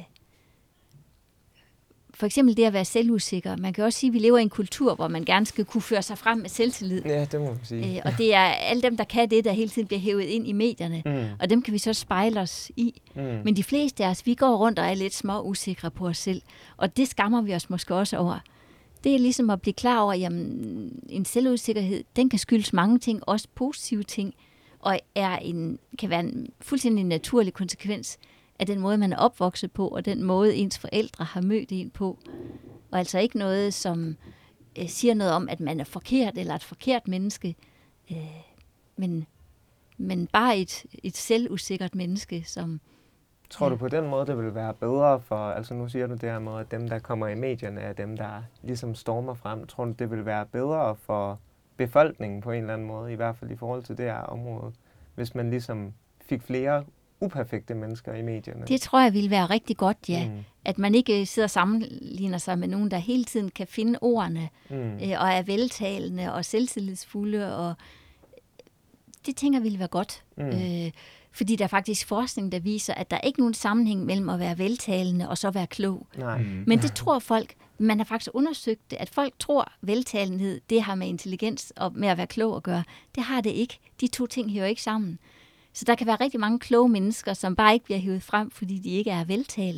For eksempel det at være selvusikker. Man kan også sige, at vi lever i en kultur, hvor man gerne skal kunne føre sig frem med selvtillid. Ja, det må man sige. Øh, og det er alle dem, der kan det, der hele tiden bliver hævet ind i medierne. Mm. Og dem kan vi så spejle os i. Mm. Men de fleste af os, vi går rundt og er lidt små usikre på os selv. Og det skammer vi os måske også over. Det er ligesom at blive klar over, at en selvusikkerhed, den kan skyldes mange ting, også positive ting. Og er en, kan være en fuldstændig naturlig konsekvens af den måde, man er opvokset på, og den måde, ens forældre har mødt en på. Og altså ikke noget, som øh, siger noget om, at man er forkert, eller et forkert menneske, øh, men, men bare et, et selvusikkert menneske, som... Tror du på den måde, det vil være bedre for, altså nu siger du det her med, at dem, der kommer i medierne, er dem, der ligesom stormer frem. Tror du, det vil være bedre for befolkningen på en eller anden måde, i hvert fald i forhold til det her område, hvis man ligesom fik flere uperfekte mennesker i medierne? Det tror jeg ville være rigtig godt, ja. Mm. At man ikke sidder og sammenligner sig med nogen, der hele tiden kan finde ordene, mm. øh, og er veltalende og selvtillidsfulde, og det tænker jeg ville være godt. Mm. Øh, fordi der er faktisk forskning, der viser, at der er ikke nogen sammenhæng mellem at være veltalende og så være klog. Nej. Mm. Men det tror folk. Man har faktisk undersøgt det, at folk tror, veltalenhed, det har med intelligens og med at være klog at gøre. Det har det ikke. De to ting hører ikke sammen. Så der kan være rigtig mange kloge mennesker, som bare ikke bliver hævet frem, fordi de ikke er veltalende. Ja.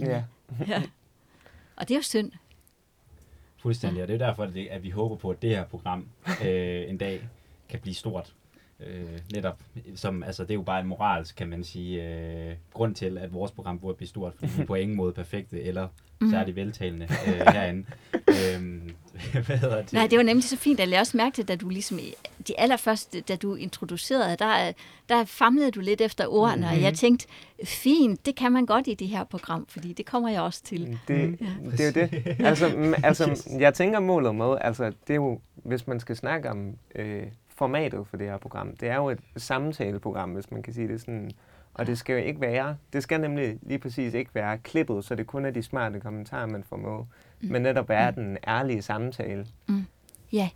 Ja. Og det er jo synd. Fuldstændig, og det er derfor, at, det, at vi håber på, at det her program øh, en dag kan blive stort. Øh, netop, som, altså det er jo bare en moralsk, kan man sige, øh, grund til, at vores program burde blive stort, fordi vi er på ingen måde perfekte, eller Mm. særlig veltalende øh, herinde. øhm, hvad hedder det? Nej, det var nemlig så fint, at jeg også mærkte, da du ligesom, de allerførste, da du introducerede, der, der famlede du lidt efter ordene, mm-hmm. og jeg tænkte, fint, det kan man godt i det her program, fordi det kommer jeg også til. Det, ja. det er jo det. Altså, altså, jeg tænker målet med, altså, det er jo, hvis man skal snakke om øh, formatet for det her program, det er jo et samtaleprogram, hvis man kan sige det sådan. Og det skal jo ikke være, det skal nemlig lige præcis ikke være klippet, så det kun er de smarte kommentarer, man får med, mm. men netop er mm. den ærlige samtale. Mm. Ja.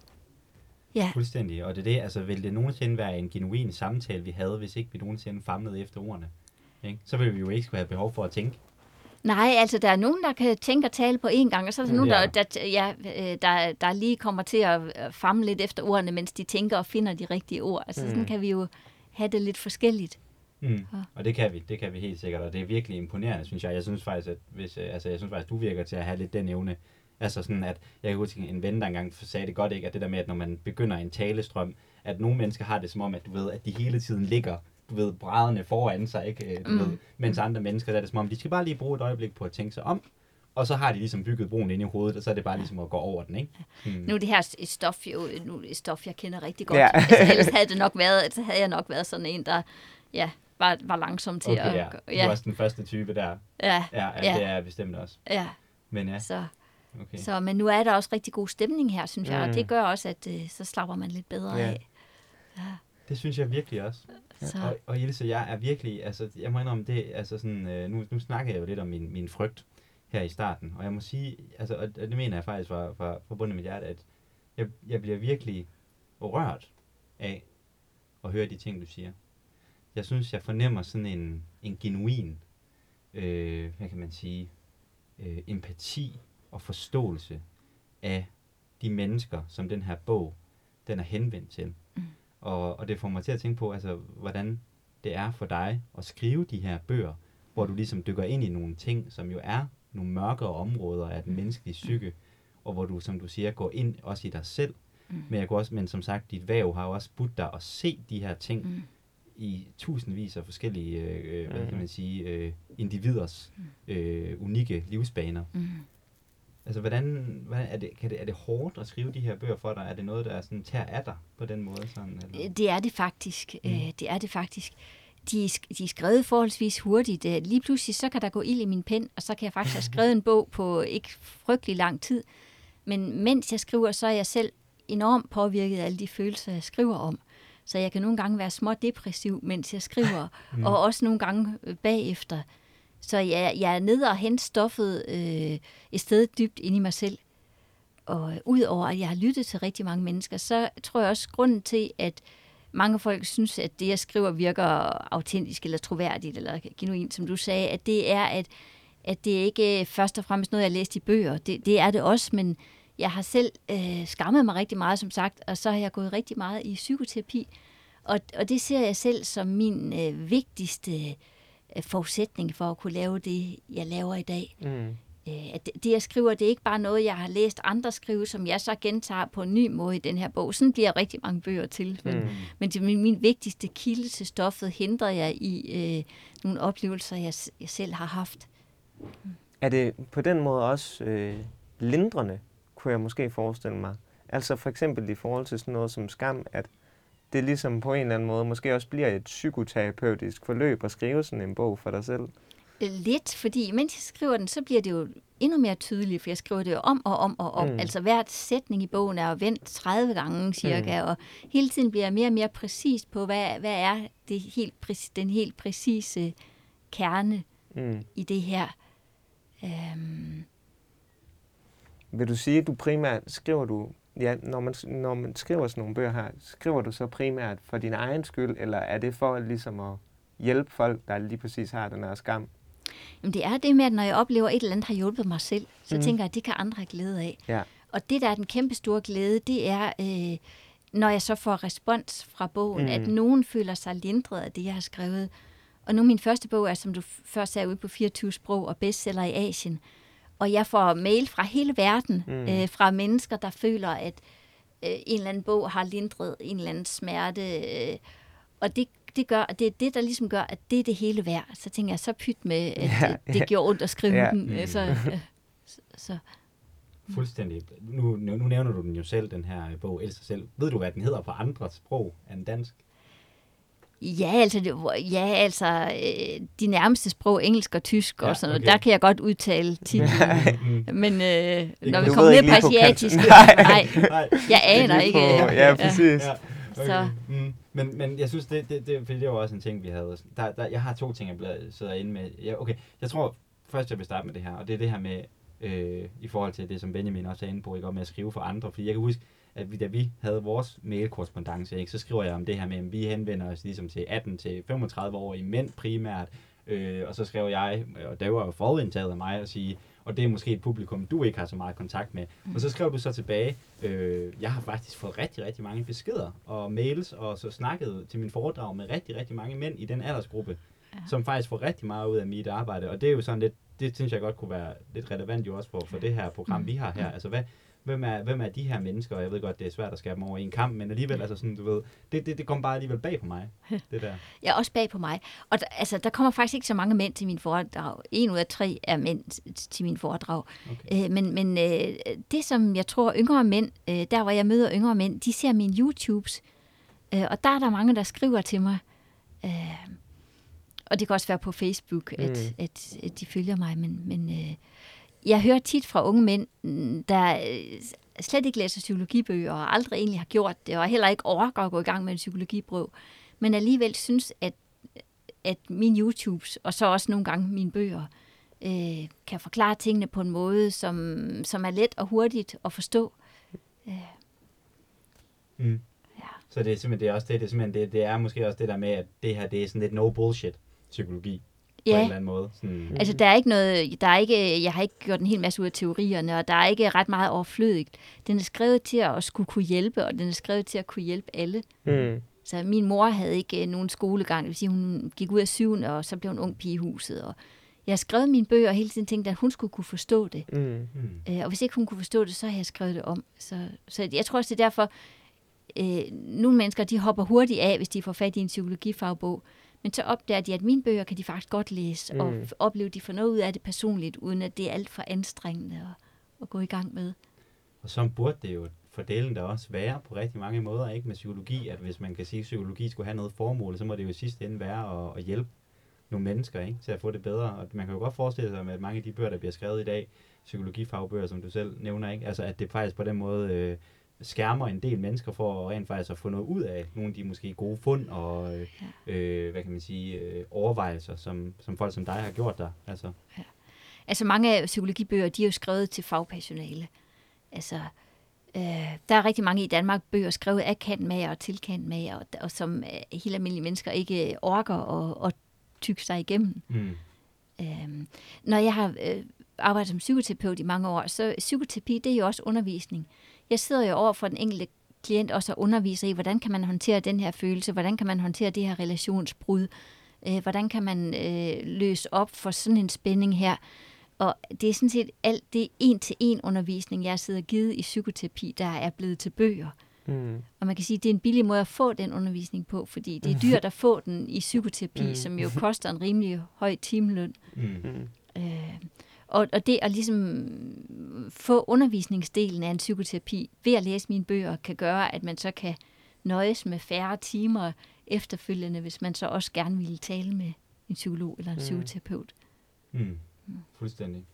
Ja. Fuldstændig, og det er det, altså vil det nogensinde være en genuin samtale, vi havde, hvis ikke vi nogensinde famlede efter ordene? Ikke? Så ville vi jo ikke skulle have behov for at tænke. Nej, altså der er nogen, der kan tænke og tale på én gang, og så er der Mm, nogen, ja. der, der, ja, der, der lige kommer til at famle lidt efter ordene, mens de tænker og finder de rigtige ord. Altså mm. sådan kan vi jo have det lidt forskelligt. Mm. Ja. Og det kan vi, det kan vi helt sikkert, og det er virkelig imponerende, synes jeg. Jeg synes faktisk, at hvis, altså jeg synes faktisk, du virker til at have lidt den evne. Altså sådan, at jeg kan huske en ven, der engang sagde det godt, ikke, at det der med, at når man begynder en talestrøm, at nogle mennesker har det som om, at du ved, at de hele tiden ligger, du ved, brædderne foran sig, ikke, du mm. ved, mens andre mennesker, der er det som om, de skal bare lige bruge et øjeblik på at tænke sig om, og så har de ligesom bygget broen ind i hovedet, og så er det bare ligesom at gå over den, ikke? Hmm. Nu er det her et stof, jo, nu er et stof, jeg kender rigtig godt. Ja. Altså, ellers havde det nok været, så havde jeg nok været sådan en, der, ja, var, var langsom til okay, at... Ja. Du ja. var også den første type der. Ja. Ja, ja, ja. Det er jeg bestemt også. Ja. Men ja. Så, okay. så, men nu er der også rigtig god stemning her, synes jeg, mm. og det gør også, at uh, så slapper man lidt bedre ja. af. Ja. Det synes jeg virkelig også. Så. Og, og Ilse, jeg er virkelig, altså, jeg må indrømme det, altså sådan, øh, nu, nu snakker jeg jo lidt om min, min frygt her i starten, og jeg må sige, altså, og det mener jeg faktisk var, var forbundet med hjertet, at jeg, jeg bliver virkelig rørt af at høre de ting, du siger. Jeg synes, jeg fornemmer sådan en, en genuin, øh, hvad kan man sige, øh, empati og forståelse af de mennesker, som den her bog, den er henvendt til. Mm. Og, og det får mig til at tænke på, altså, hvordan det er for dig at skrive de her bøger, hvor du ligesom dykker ind i nogle ting, som jo er nogle mørkere områder af den menneskelige psyke, og hvor du, som du siger, går ind også i dig selv. Mm. Men, jeg går også, men som sagt, dit væv har jo også budt dig at se de her ting mm. i tusindvis af forskellige, øh, hvad kan man sige, øh, individers øh, unikke livsbaner. Mm. Altså, hvordan, hvordan er, det, kan det, er det hårdt at skrive de her bøger for dig? Er det noget, der er sådan, tager af dig på den måde? Sådan, eller? Det er det faktisk. Mm. Øh, det er det faktisk. De er, de er skrevet forholdsvis hurtigt. Lige pludselig, så kan der gå ild i min pen, og så kan jeg faktisk have skrevet en bog på ikke frygtelig lang tid. Men mens jeg skriver, så er jeg selv enormt påvirket af alle de følelser, jeg skriver om. Så jeg kan nogle gange være smådepressiv, mens jeg skriver, mm. og også nogle gange bagefter. Så jeg, jeg er nede og hente stoffet øh, et sted dybt inde i mig selv. Og udover at jeg har lyttet til rigtig mange mennesker, så tror jeg også, grunden til, at mange folk synes, at det, jeg skriver, virker autentisk eller troværdigt eller genuint, som du sagde, at det er, at, at det ikke er først og fremmest noget, jeg har læst i bøger. Det, det er det også, men jeg har selv øh, skammet mig rigtig meget, som sagt, og så har jeg gået rigtig meget i psykoterapi. Og, og det ser jeg selv som min øh, vigtigste øh, forudsætning for at kunne lave det, jeg laver i dag. Mm. Øh, at det, det, jeg skriver, det er ikke bare noget, jeg har læst andre skrive, som jeg så gentager på en ny måde i den her bog. Sådan bliver rigtig mange bøger til. Men, mm. men det er min, min vigtigste kilde til stoffet, hindrer jeg i øh, nogle oplevelser, jeg, jeg selv har haft. Mm. Er det på den måde også øh, lindrende, kunne jeg måske forestille mig? Altså for eksempel i forhold til sådan noget som skam, at det ligesom på en eller anden måde måske også bliver et psykoterapeutisk forløb at skrive sådan en bog for dig selv? Lidt, fordi mens jeg skriver den, så bliver det jo endnu mere tydeligt, for jeg skriver det jo om og om og om. Mm. Altså hver sætning i bogen er jo vendt tredive gange cirka, mm. og hele tiden bliver jeg mere og mere præcist på, hvad, hvad er det helt præcis, den helt præcise kerne mm. i det her. Um. Vil du sige, at du primært skriver du, ja, når man, når man skriver sådan nogle bøger her, skriver du så primært for din egen skyld, eller er det for ligesom at hjælpe folk, der lige præcis har den her skam? Jamen det er det med, at når jeg oplever et eller andet har hjulpet mig selv, så mm. tænker jeg, at det kan andre have glæde af. Ja. Og det, der er den kæmpe store glæde, det er, øh, når jeg så får respons fra bogen, mm. at nogen føler sig lindret af det, jeg har skrevet, Og nu min første bog er, som du først sagde, ude på fireogtyve sprog og bestseller i Asien. Og jeg får mail fra hele verden, mm. øh, fra mennesker, der føler, at øh, en eller anden bog har lindret en eller anden smerte. Øh, og det, det, gør, det er det, der ligesom gør, at det er det hele værd. Så tænker jeg, så pyt med, at ja, det, det ja. gjorde ondt at skrive ja. den. Mm. Så, øh, så, så. Fuldstændig. Nu, nu, nu nævner du den jo selv, den her bog, Elsk dig selv. Ved du, hvad den hedder på andre sprog end dansk? Ja, altså, det, ja, altså øh, de nærmeste sprog, engelsk og tysk, ja, og sådan noget, okay. Der kan jeg godt udtale titlen. Men øh, når vi kommer ned på asiatisk, nej, nej, jeg aner ikke. På, ja, præcis. Ja, okay. Så. Mm. Men, men jeg synes, det, det, det, det var også en ting, vi havde. Der, der, jeg har to ting, jeg sidder inde med. Ja, okay, jeg tror først, jeg vil starte med det her, og det er det her med, øh, i forhold til det, som Benjamin også er inde på, ikke, om at skrive for andre, fordi jeg kan huske, at vi, da vi havde vores mailkorrespondance, ikke, så skriver jeg om det her med, at vi henvender os ligesom til atten til femogtredive-årige mænd primært, øh, og så skrev jeg, og det var jo forudindtaget af mig at sige, og det er måske et publikum, du ikke har så meget kontakt med. Mm. Og så skrev du så tilbage, øh, jeg har faktisk fået rigtig, rigtig mange beskeder og mails, og så snakket til min foredrag med rigtig, rigtig mange mænd i den aldersgruppe, ja. Som faktisk får rigtig meget ud af mit arbejde, og det er jo sådan lidt, det synes jeg godt kunne være lidt relevant jo også for, for det her program, mm. vi har her. Altså hvad, Hvem er, hvem er de her mennesker? Og jeg ved godt, det er svært at skære dem over i en kamp, men alligevel, altså sådan, du ved, det, det, det kom bare alligevel bag på mig, det der. Ja, også bag på mig. Og der, altså, der kommer faktisk ikke så mange mænd til min foredrag. En ud af tre er mænd til min foredrag. Okay. Øh, men men øh, det, som jeg tror, yngre mænd, øh, der hvor jeg møder yngre mænd, de ser mine YouTubes. Øh, og der er der mange, der skriver til mig. Øh, og det kan også være på Facebook, at, mm. at, at de følger mig, men... men øh, jeg hører tit fra unge mænd, der slet ikke læser psykologibøger, og aldrig egentlig har gjort det, og heller ikke orker at gå i gang med en psykologiprøve, men alligevel synes, at, at mine YouTubes, og så også nogle gange mine bøger, øh, kan forklare tingene på en måde, som, som er let og hurtigt at forstå. Øh. Mm. Ja. Så det er simpelthen det er også det, det er simpelthen det, det er måske også det der med, at det her, det er sådan lidt no bullshit psykologi. På ja. En eller anden måde. Sådan. Altså der er ikke noget, der er ikke, jeg har ikke gjort en hel masse ud af teorierne, og der er ikke ret meget overflødigt. Den er skrevet til at skulle kunne hjælpe, og den er skrevet til at kunne hjælpe alle. Mm. Så min mor havde ikke nogen skolegang, det vil sige, hun gik ud af syvende, og så blev hun ung pige i huset, og jeg har skrevet mine bøger og hele tiden tænkt, at hun skulle kunne forstå det. Mm. Øh, og hvis ikke hun kunne forstå det, så har jeg skrevet det om. Så, så jeg tror også, det er derfor, øh, nogle mennesker, de hopper hurtigt af, hvis de får fat i en psykologifagbog. Men så opdager de, at mine bøger kan de faktisk godt læse, mm. og opleve, at de får noget ud af det personligt, uden at det er alt for anstrengende at, at gå i gang med. Og så burde det jo fordelen der også være på rigtig mange måder, ikke med psykologi, at hvis man kan sige, at psykologi skulle have noget formål, så må det jo i sidste ende være at, at hjælpe nogle mennesker, ikke, til at få det bedre. Og man kan jo godt forestille sig, at mange af de bøger, der bliver skrevet i dag, psykologifagbøger, som du selv nævner, ikke, altså at det faktisk på den måde... Øh, skærmer en del mennesker for rent faktisk at få noget ud af nogle af de måske gode fund og øh, øh, hvad kan man sige øh, overvejelser, som, som folk som dig har gjort der. Altså. Ja. Altså mange af psykologibøger, de er jo skrevet til fagpersonale. Altså øh, der er rigtig mange i Danmark bøger skrevet af kantmager og tilkantmager, og, og som øh, helt almindelige mennesker ikke orker at, at tygge sig igennem. Mm. Øh, når jeg har øh, arbejdet som psykoterapeut i mange år, så psykoterapi, det er jo også undervisning. Jeg sidder jo over for den enkelte klient også og underviser i, hvordan kan man håndtere den her følelse, hvordan kan man håndtere det her relationsbrud, øh, hvordan kan man øh, løse op for sådan en spænding her. Og det er sådan set alt det en-til-en undervisning, jeg har siddet og givet i psykoterapi, der er blevet til bøger. Mm. Og man kan sige, at det er en billig måde at få den undervisning på, fordi det er dyrt at få den i psykoterapi, mm. som jo koster en rimelig høj timeløn. Mm. Øh, Og, og det at ligesom få undervisningsdelen af en psykoterapi ved at læse mine bøger, kan gøre, at man så kan nøjes med færre timer efterfølgende, hvis man så også gerne ville tale med en psykolog eller en mm. psykoterapeut. Mm. Mm. Fuldstændig.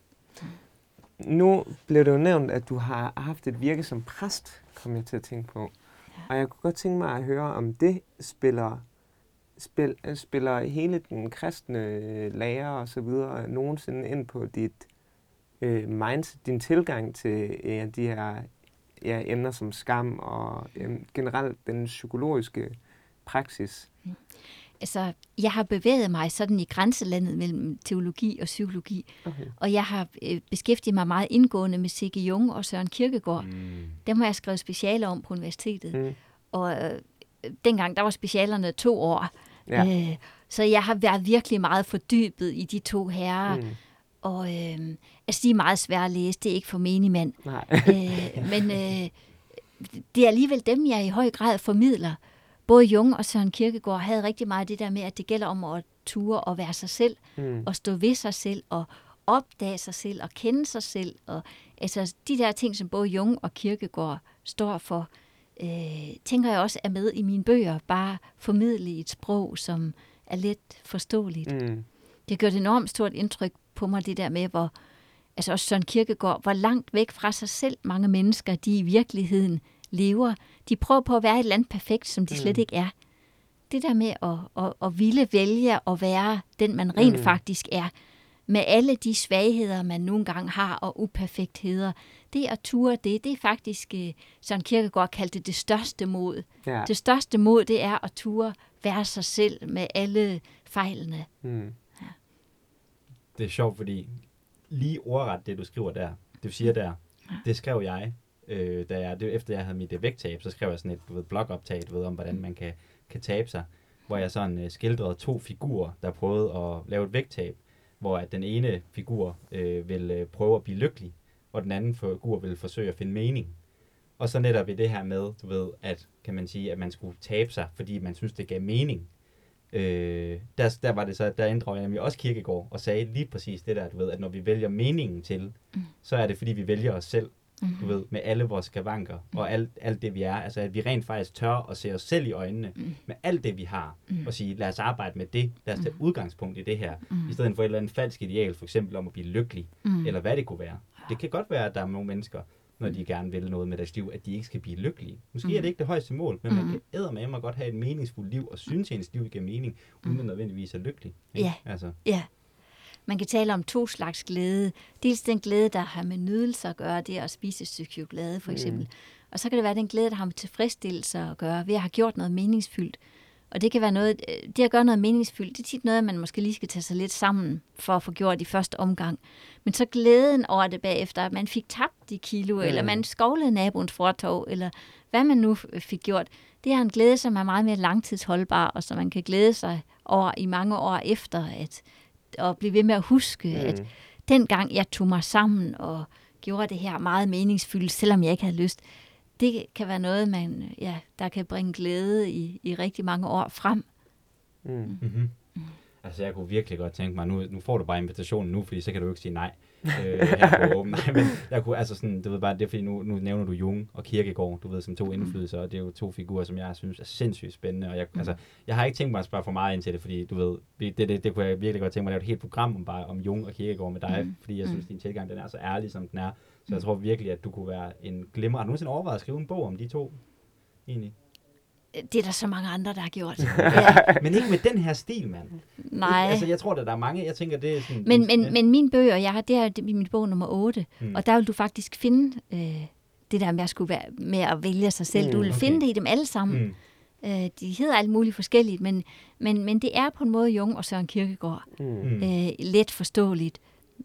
Nu blev det jo nævnt, at du har haft et virke som præst, kom jeg til at tænke på. Ja. Og jeg kunne godt tænke mig at høre, om det spiller... Spil, spiller hele den kristne lære og så videre nogensinde ind på dit øh, mindset, din tilgang til ja, de her ja, emner som skam og ja, generelt den psykologiske praksis? Mm. Altså, jeg har bevæget mig sådan i grænselandet mellem teologi og psykologi, okay. og jeg har øh, beskæftiget mig meget indgående med C G Jung og Søren Kierkegaard. Mm. Dem har jeg skrevet specialer om på universitetet, mm. og øh, dengang der var specialerne to år. Ja. Øh, Så jeg har været virkelig meget fordybet i de to herrer. Mm. Og øh, altså, de er meget svære at læse. Det er ikke for menigmand. Nej. øh, men øh, det er alligevel dem, jeg i høj grad formidler. Både Jung og Søren Kierkegaard havde rigtig meget det der med, at det gælder om at ture og være sig selv. Mm. Og stå ved sig selv og opdage sig selv og kende sig selv. Og, altså de der ting, som både Jung og Kierkegaard står for, øh, tænker jeg også er med i mine bøger. Bare formidle i et sprog, som er let forståeligt. Mm. Det har gjort et enormt stort indtryk på mig, det der med, hvor, altså også Søren Kierkegaard, hvor langt væk fra sig selv mange mennesker, de i virkeligheden lever. De prøver på at være et eller andet perfekt, som de slet ikke er. Det der med at, at, at ville vælge at være den, man rent mm. faktisk er, med alle de svagheder, man nogle gange har, og uperfektheder. Det at ture det, det er faktisk, Søren Kierkegaard kaldte det største mod. Ja. Det største mod, det er at ture være sig selv med alle fejlene. Mm. Ja. Det er sjovt, fordi lige ordret det, du skriver der, det du siger der, ja. Det skrev jeg, øh, da jeg, det, efter jeg havde mit vægttab, så skrev jeg sådan et du ved, blogoptag du ved, om, hvordan man kan, kan tabe sig, hvor jeg sådan øh, skildrede to figurer, der prøvede at lave et vægttab, hvor at den ene figur øh, vil øh, prøve at blive lykkelig, og den anden figur vil forsøge at finde mening. Og så netop i det her med, du ved, at kan man sige, at man skulle tabe sig, fordi man synes, det gav mening. Øh, der, der var det så, der ændrede jeg nemlig også Kierkegaard og sagde lige præcis det der, du ved, at når vi vælger meningen til, mm. så er det fordi, vi vælger os selv, mm. du ved, med alle vores skavanker mm. og alt, alt det, vi er. Altså, at vi rent faktisk tør at se os selv i øjnene mm. med alt det, vi har, mm. og sige, lad os arbejde med det, lad os tage udgangspunkt i det her, mm. i stedet for et eller andet falsk ideal, for eksempel om at blive lykkelig, mm. eller hvad det kunne være. Det kan godt være, at der er nogle mennesker, når de gerne vil noget med deres liv, at de ikke skal blive lykkelige. Måske mm. er det ikke det højeste mål, men mm. man kan eddermame godt have et meningsfuldt liv, og synes, at ens liv giver mening, uden mm. at nødvendigvis er lykkelig. Ja. Altså. ja. Man kan tale om to slags glæde. Dels den glæde, der har med nydelse at gøre, det er at spise et stykke chokolade, for eksempel. Mm. Og så kan det være den glæde, der har med tilfredsstillelse at gøre, ved at have gjort noget meningsfyldt. Og det kan være noget, det at gøre noget meningsfyldt, det er tit noget, man måske lige skal tage sig lidt sammen for at få gjort i første omgang. Men så glæden over det bagefter, at man fik tabt de kilo, mm. eller man skovlede naboens fortov, eller hvad man nu fik gjort, det er en glæde, som er meget mere langtidsholdbar, og som man kan glæde sig over i mange år efter, at, at blive ved med at huske, mm. at dengang jeg tog mig sammen og gjorde det her meget meningsfyldt, selvom jeg ikke havde lyst. Det kan være noget, man, ja, der kan bringe glæde i, i rigtig mange år frem. Mm. Mm-hmm. Mm. Altså, jeg kunne virkelig godt tænke mig, nu, nu får du bare invitationen nu, fordi så kan du jo ikke sige nej. øh, her på åben. Nej, men jeg kunne, altså sådan, du ved bare, det er fordi, nu, nu nævner du Jung og Kierkegaard, du ved, som to indflydelser, og det er jo to figurer, som jeg synes er sindssygt spændende, og jeg, mm. altså, jeg har ikke tænkt mig at spørge for meget ind til det, fordi, du ved, det, det, det kunne jeg virkelig godt tænke mig at lave et helt program om bare om Jung og Kierkegaard med dig, mm. fordi jeg synes, din tilgang, den er så ærlig, som den er, så jeg tror virkelig, at du kunne være en glimmer. Har du nogensinde overvejet at skrive en bog om de to, egentlig? Det er der så mange andre, der har gjort. Ja. Men ikke med den her stil, mand. Nej. Altså, jeg tror, at der er mange, jeg tænker, det er sådan... Men, men, ja. men mine bøger, jeg har, det er min bog nummer otte, hmm. og der vil du faktisk finde øh, det der med at, skulle være, med at vælge sig selv. Hmm, du vil okay. finde det i dem alle sammen. Hmm. Øh, de hedder alt muligt forskelligt, men, men, men det er på en måde Jung og Søren Kierkegaard. Hmm. Øh, let forståeligt,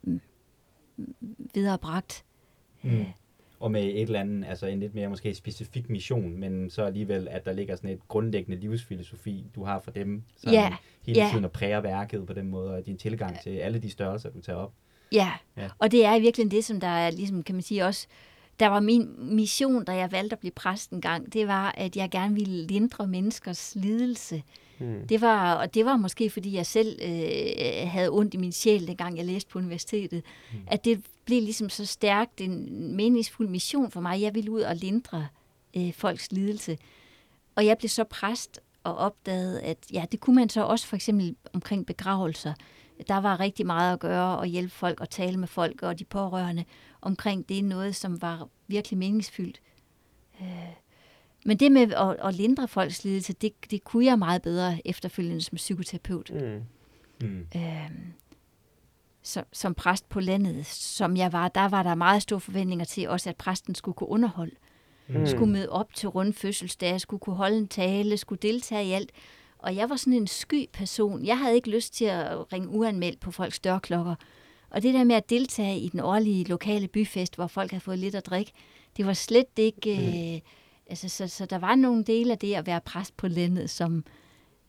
viderebragt. Hmm. Øh, og med et eller andet, altså en lidt mere måske specifik mission, men så alligevel, at der ligger sådan et grundlæggende livsfilosofi, du har for dem, som ja, hele ja. tiden at præge værket på den måde, og din tilgang til alle de størrelser, du tager op. Ja, ja. Og det er virkelig det, som der er, ligesom, kan man sige også, der var min mission, da jeg valgte at blive præst en gang, det var, at jeg gerne ville lindre menneskers lidelse. Hmm. Det var, og det var måske, fordi jeg selv øh, havde ondt i min sjæl, dengang jeg læste på universitetet, hmm. at det blev ligesom så stærkt en meningsfuld mission for mig. Jeg ville ud og lindre øh, folks lidelse. Og jeg blev så præst og opdagede, at ja, det kunne man så også for eksempel omkring begravelser. Der var rigtig meget at gøre og hjælpe folk og tale med folk og de pårørende omkring det, noget som var virkelig meningsfyldt. Øh, Men det med at, at lindre folks lidelse, det, det kunne jeg meget bedre efterfølgende som psykoterapeut. Mm. Mm. Øhm, så, som præst på landet, som jeg var, der var der meget store forventninger til også, at præsten skulle kunne underholde. Mm. Skulle møde op til runde fødselsdage, skulle kunne holde en tale, skulle deltage i alt. Og jeg var sådan en sky person. Jeg havde ikke lyst til at ringe uanmeldt på folks dørklokker. Og det der med at deltage i den årlige lokale byfest, hvor folk havde fået lidt at drikke, det var slet ikke... Mm. Øh, Altså, så, så der var nogle dele af det at være præst på landet, som,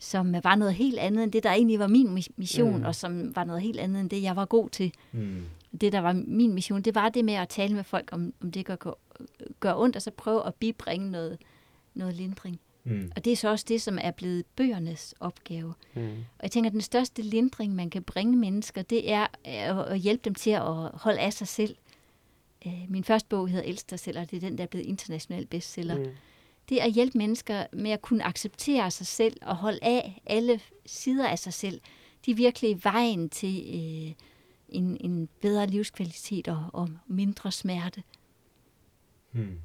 som var noget helt andet end det, der egentlig var min mission, Mm. og som var noget helt andet end det, jeg var god til. Mm. Det, der var min mission, det var det med at tale med folk, om, om det gør, gør, gør ondt, og så prøve at bibringe noget, noget lindring. Mm. Og det er så også det, som er blevet bøgernes opgave. Mm. Og jeg tænker, at den største lindring, man kan bringe mennesker, det er at, at hjælpe dem til at holde af sig selv. Min første bog hedder Elsk dig selv, og det er den, der er blevet international bestseller. Mm. Det er at hjælpe mennesker med at kunne acceptere sig selv og holde af alle sider af sig selv. De er virkelig vejen til øh, en, en bedre livskvalitet og, og mindre smerte. Hmm.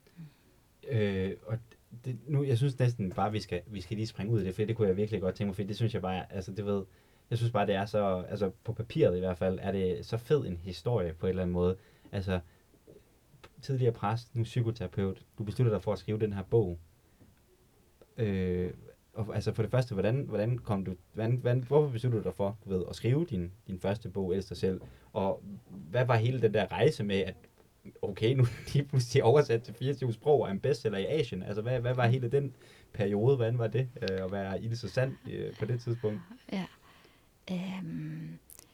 Øh, og det, nu, jeg synes næsten bare, vi skal, vi skal lige springe ud af det, for det kunne jeg virkelig godt tænke mig, for det synes jeg bare, altså det ved, jeg synes bare, det er så, altså på papiret i hvert fald, er det så fed en historie på en eller anden måde. Altså, tidligere præst, nu psykoterapeut, du beslutter dig for at skrive den her bog. Øh, og altså for det første, hvordan, hvordan kom du, hvordan, hvordan, hvorfor besluttede du dig for, du ved, at skrive din, din første bog, Elsk dig selv? Og hvad var hele den der rejse med, at okay, nu er de pludselig oversat til fireogtyve sprog og en bestseller i Asien. Altså, hvad, hvad var hele den periode? Hvordan var det øh, at være i det så sandt øh, på det tidspunkt? Ja, øhm,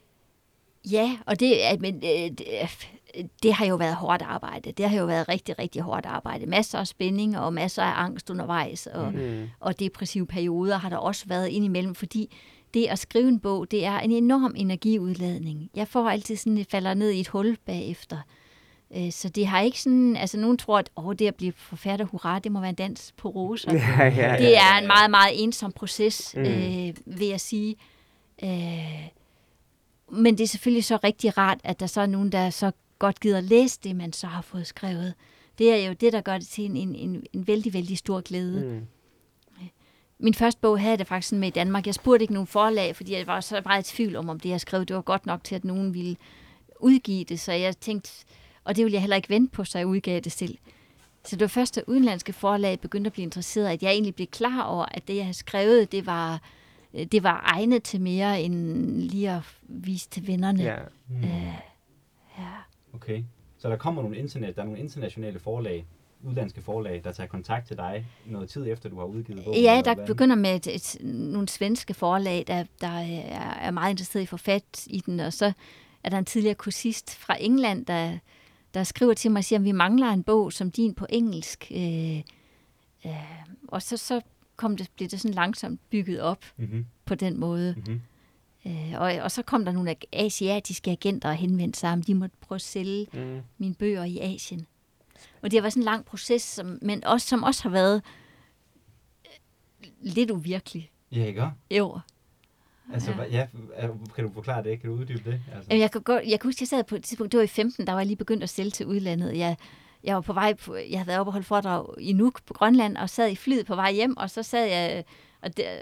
ja og det, men, øh, det, det har jo været hårdt arbejde. Det har jo været rigtig, rigtig hårdt arbejde. Masser af spænding og masser af angst undervejs, og, mm. og depressive perioder har der også været indimellem, fordi det at skrive en bog, det er en enorm energiudladning. Jeg får altid sådan, det falder ned i et hul bagefter. Så det har ikke sådan, altså nogen tror, at åh, det at blive forfatter, hurra, det må være en dans på roser. Ja, ja, ja, det er en meget, meget ensom proces, mm. øh, vil jeg sige. Øh, men det er selvfølgelig så rigtig rart, at der så er nogen, der så godt gider læse det, man så har fået skrevet. Det er jo det, der gør det til en, en, en, en vældig, vældig stor glæde. Mm. Min første bog havde det faktisk med i Danmark. Jeg spurgte ikke nogen forlag, fordi jeg var så meget i tvivl om, om det, jeg skrev, det var godt nok til, at nogen ville udgive det. Så jeg tænkte, og det ville jeg heller ikke vente på, så jeg udgav det selv. Så det var først, da udenlandske forlag begyndte at blive interesseret, at jeg egentlig blev klar over, at det, jeg havde skrevet, det var, det var egnet til mere end lige at vise til vennerne. Ja. Mm. Øh, ja. Okay. Så der kommer nogle internet, der er nogle internationale forlag, udlandske forlag, der tager kontakt til dig noget tid efter, du har udgivet bogen? Ja, der begynder med et, et, nogle svenske forlag, der, der er, er meget interesseret i at få fat i den, og så er der en tidligere kursist fra England, der, der skriver til mig og siger, at vi mangler en bog som din på engelsk. Øh, øh, og så, så kom det, blev det sådan langsomt bygget op mm-hmm. på den måde. Mm-hmm. Øh, og, og så kom der nogle asiatiske agenter og henvendte sig, om de måtte prøve at sælge mm. mine bøger i Asien. Og det har været sådan en lang proces, som, men også, som også har været lidt uvirkelig. Ja, ikke? Jo. Altså, ja. ja, kan du forklare det? Kan du uddybe det? Altså. Jeg kan, godt, jeg kan huske, jeg sad på et tidspunkt, det var i femten, der var jeg lige begyndt at sælge til udlandet. Jeg, jeg var på vej, på, jeg havde været oppe og holdt foredrag i Nuuk på Grønland, og sad i flyet på vej hjem, og så sad jeg og der,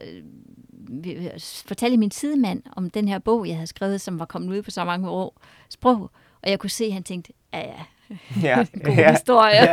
fortalte min sidemand om den her bog, jeg havde skrevet, som var kommet ud på så mange år sprog, og jeg kunne se, at han tænkte, ja, ja, ja. god ja. historie.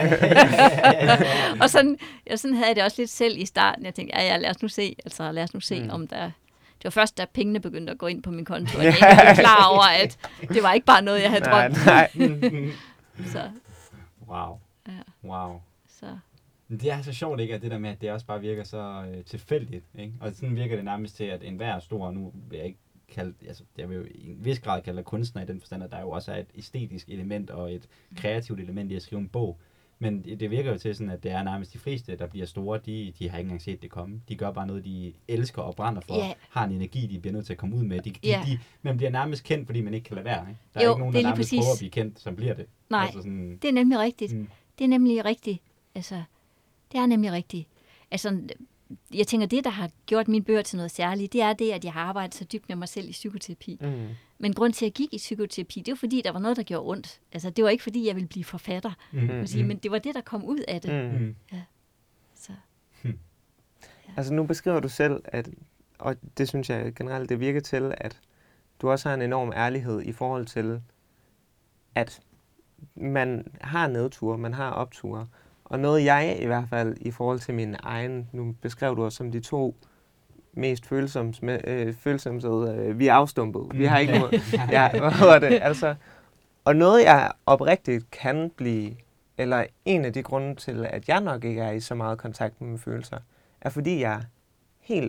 Og sådan, ja, sådan havde jeg det også lidt selv i starten. Jeg tænkte, ja, ja, lad os nu se, altså lad os nu se, mm. om der... Det var først, da pengene begyndte at gå ind på min konto, at jeg ikke blev klar over, at det var ikke bare noget, jeg havde drømt. Nej, nej. Så. Wow. Ja. Wow. Så. Det er så sjovt, ikke, at det der med, at det også bare virker så øh, tilfældigt, ikke? Og sådan virker det nærmest til, at enhver stor, nu vil jeg ikke kalde, altså jeg vil jo i en vis grad kalde kunstner i den forstand, at der jo også er et æstetisk element og et kreativt element i at skrive en bog. Men det, det virker jo til sådan, at det er nærmest de fleste, der bliver store, de, de har ikke engang set det komme. De gør bare noget, de elsker og brænder for, yeah. har en energi, de bliver nødt til at komme ud med. De, de, yeah. de, man bliver nærmest kendt, fordi man ikke kan lade være. Ikke? Der er jo, ikke nogen, der nærmest præcis. prøver at blive kendt, som bliver det. Nej, altså sådan, det er nemlig rigtigt. Mm. Det er nemlig rigtigt. Altså, det er nemlig rigtigt. Altså, jeg tænker, det, der har gjort mine bøger til noget særligt, det er det, at jeg har arbejdet så dybt med mig selv i psykoterapi. Mm. Men grund til, at jeg gik i psykoterapi, det var fordi, der var noget, der gjorde ondt. Altså, det var ikke fordi, jeg ville blive forfatter. Mm. Sige, men det var det, der kom ud af det. Mm. Ja. Så. Ja. Altså, nu beskriver du selv, at, og det synes jeg generelt, det virker til, at du også har en enorm ærlighed i forhold til, at man har nedture, man har opture. Og noget jeg i hvert fald i forhold til min egen, nu beskrev du os som de to mest følsomme, øh, følsomme øh, vi er afstumpet. Mm. Vi har ikke noget. Ja, hvad var det? Altså, og noget jeg oprigtigt kan blive, eller en af de grunde til, at jeg nok ikke er i så meget kontakt med mine følelser, er fordi jeg helt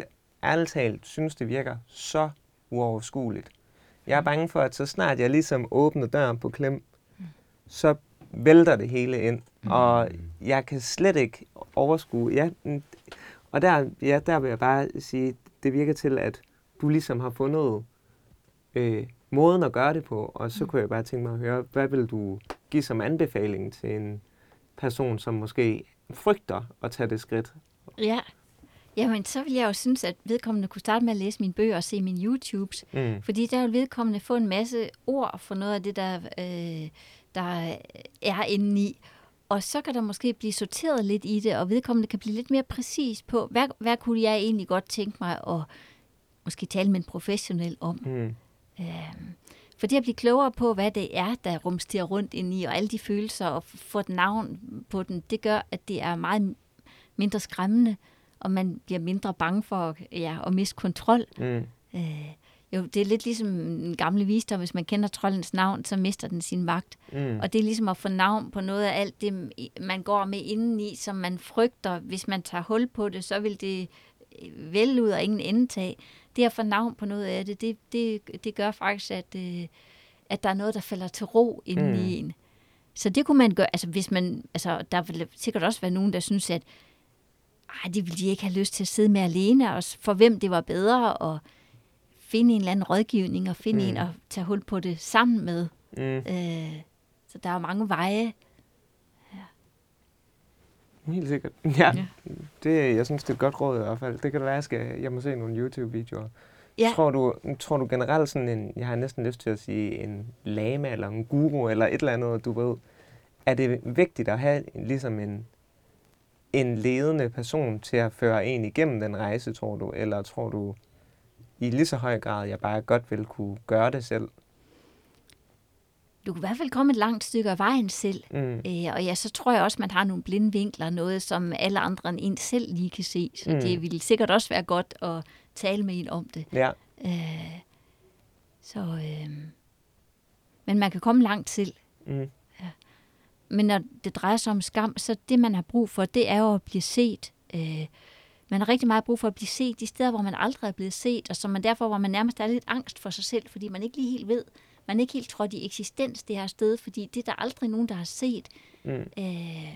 ærligt talt synes, det virker så uoverskueligt. Jeg er bange for, at så snart jeg ligesom åbner døren på klem, så vælter det hele ind, og jeg kan slet ikke overskue. Ja, og der, ja, der vil jeg bare sige, det virker til, at du ligesom har fundet øh, måden at gøre det på, og så kunne jeg bare tænke mig at høre, hvad vil du give som anbefaling til en person, som måske frygter at tage det skridt? Ja, jamen så vil jeg jo synes, at vedkommende kunne starte med at læse mine bøger og se mine YouTubes, mm. fordi der vil vedkommende få en masse ord for noget af det, der, øh, der er inde i. Og så kan der måske blive sorteret lidt i det, og vedkommende kan blive lidt mere præcis på, hvad, hvad kunne jeg egentlig godt tænke mig at måske tale med en professionel om. Mm. Øhm, for det at blive klogere på, hvad det er, der rumsterer rundt ind i, og alle de følelser, og få et navn på den, det gør, at det er meget mindre skræmmende, og man bliver mindre bange for ja, at miste kontrol. Mm. Øh, jo, det er lidt ligesom en gamle visdom, hvis man kender troldens navn, så mister den sin magt. Mm. Og det er ligesom at få navn på noget af alt det, man går med indeni, som man frygter. Hvis man tager hul på det, så vil det vælge ud og ingen endetag. Det at få navn på noget af det, det, det, det gør faktisk, at, at der er noget, der falder til ro inden mm. i en. Så det kunne man gøre, altså hvis man, altså der vil sikkert også være nogen, der synes, at ej, det ville de ikke have lyst til at sidde med alene, og for hvem det var bedre at finde en eller anden rådgivning, og finde mm. en at tage hul på det sammen med. Mm. Øh, så der er mange veje. Ja. Helt sikkert. Ja, ja. Det, jeg synes, det er et godt råd i hvert fald. Det kan det være, jeg, skal, jeg må se nogle YouTube-videoer. Ja. Tror du, tror du generelt sådan en, jeg har næsten lyst til at sige, en lama eller en guru eller et eller andet, du ved, er det vigtigt at have ligesom en, en ledende person til at føre en igennem den rejse, tror du? Eller tror du i lige så høj grad, jeg bare godt vil kunne gøre det selv? Du kan i hvert fald komme et langt stykke af vejen selv. Mm. Øh, og ja, så tror jeg også, man har nogle blinde vinkler, noget som alle andre end en selv lige kan se. Så mm. det ville sikkert også være godt at tale med en om det. Ja. Øh, så, øh, men man kan komme langt selv. Mm. Ja. Men når det drejer sig om skam, så det, man har brug for, det er jo at blive set. Øh, man har rigtig meget brug for at blive set de steder, hvor man aldrig er blevet set, og som man derfor, hvor man nærmest er lidt angst for sig selv, fordi man ikke lige helt ved, man ikke helt trådt i eksistens det her sted, fordi det er der aldrig nogen, der har set. Mm. Øh,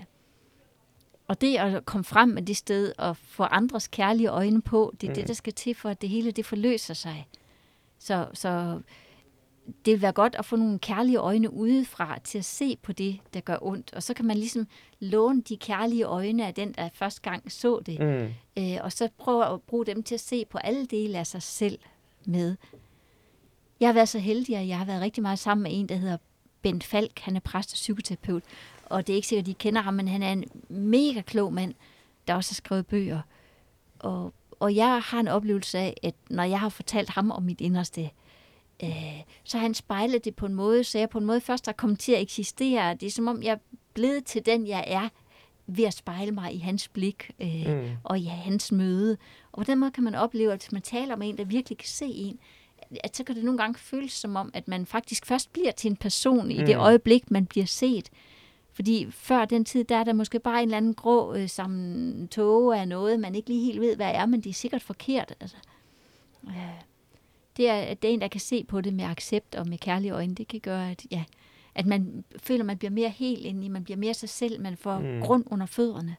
og det at komme frem med det sted og få andres kærlige øjne på, det er mm. det, der skal til for, at det hele det forløser sig. Så, så det vil være godt at få nogle kærlige øjne udefra til at se på det, der gør ondt. Og så kan man ligesom låne de kærlige øjne af den, der første gang så det. Mm. Øh, og så prøve at bruge dem til at se på alle dele af sig selv med. Jeg har været så heldig, at jeg har været rigtig meget sammen med en, der hedder Bent Falk. Han er præst og psykoterapeut. Og det er ikke sikkert, at de kender ham, men han er en mega klog mand, der også har skrevet bøger. Og, og jeg har en oplevelse af, at når jeg har fortalt ham om mit inderste, øh, så har han spejlet det på en måde, så jeg på en måde først har kommet til at eksistere. Det er som om, jeg er blevet til den, jeg er, ved at spejle mig i hans blik øh, mm. og i hans møde. Og på den måde kan man opleve, at hvis man taler med en, der virkelig kan se en, at så kan det nogle gange føles som om, at man faktisk først bliver til en person mm. i det øjeblik, man bliver set. Fordi før den tid, der er der måske bare en eller anden grå øh, sammen tåge af noget, man ikke lige helt ved, hvad er, men det er sikkert forkert. Altså. Øh, det, er, det er en, der kan se på det med accept og med kærlige øjne. Det kan gøre, at, ja, at man føler, at man bliver mere helt indeni, man bliver mere sig selv, man får mm. grund under fødderne.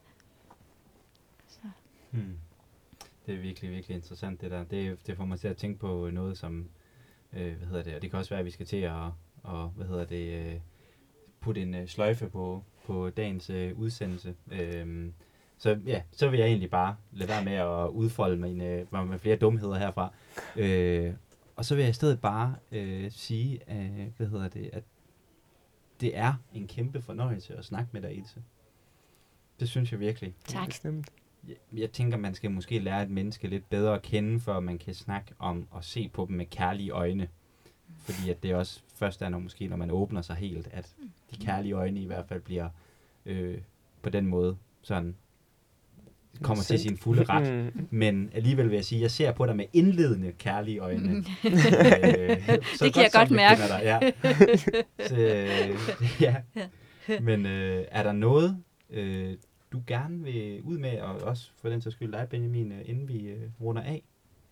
Så. Hmm. Det er virkelig, virkelig interessant, det der. Det, det får mig til at tænke på noget, som, øh, hvad hedder det, og det kan også være, at vi skal til at, og, hvad hedder det, øh, putte en øh, sløjfe på, på dagens øh, udsendelse. Øhm, så ja, så vil jeg egentlig bare lade være med at udfolde mine, øh, med flere dumheder herfra. Øh, og så vil jeg i stedet bare øh, sige, øh, hvad hedder det, at det er en kæmpe fornøjelse at snakke med dig, Ilse. Det synes jeg virkelig. Tak. Jeg, jeg tænker, man skal måske lære et menneske lidt bedre at kende, før man kan snakke om og se på dem med kærlige øjne. Fordi at det også først er, når, måske, når man åbner sig helt, at de kærlige øjne i hvert fald bliver øh, på den måde sådan kommer til sin fulde ret. Men alligevel vil jeg sige, at jeg ser på dig med indledende kærlige øjne. øh, så det kan jeg godt mærke. Dig, ja. Så, øh, ja. Men øh, er der noget, øh, du gerne vil ud med, og også for den sags skyld dig, Benjamin, inden vi øh, runder af?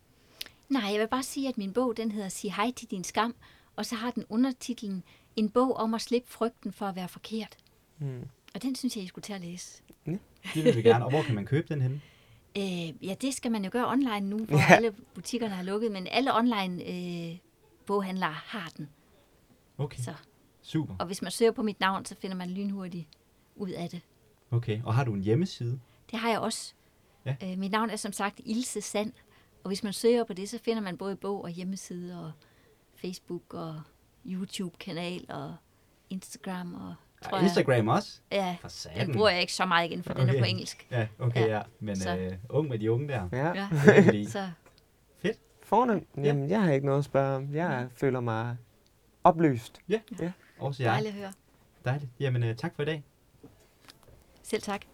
Nej, jeg vil bare sige, at min bog, den hedder Sig hej til din skam, og så har den undertitlen En bog om at slippe frygten for at være forkert. Mm. Og den synes jeg, I skulle tage at læse. Det vil vi gerne. Og hvor kan man købe den henne? Øh, ja, det skal man jo gøre online nu, hvor Ja. alle butikkerne har lukket, men alle online øh, boghandlere har den. Okay, Så. super. Og hvis man søger på mit navn, så finder man lynhurtigt ud af det. Okay, og har du en hjemmeside? Det har jeg også. Ja. Øh, mit navn er som sagt Ilse Sand, og hvis man søger på det, så finder man både bog og hjemmeside og Facebook og YouTube-kanal og Instagram og tror Og Instagram også? Jeg, For ja, satan. den bruger jeg ikke så meget igen, for okay. den er på engelsk. Ja, okay, ja. Ja. ja. Men Så. øh, ung med de unge der. Ja. Ja. Det kan vi lide. Så Fornemt. Jamen, jeg har ikke noget at spørge om. Jeg føler mig oplyst. Også jeg. dejligt at høre. Dejligt. Jamen, øh, tak for i dag. Selv tak.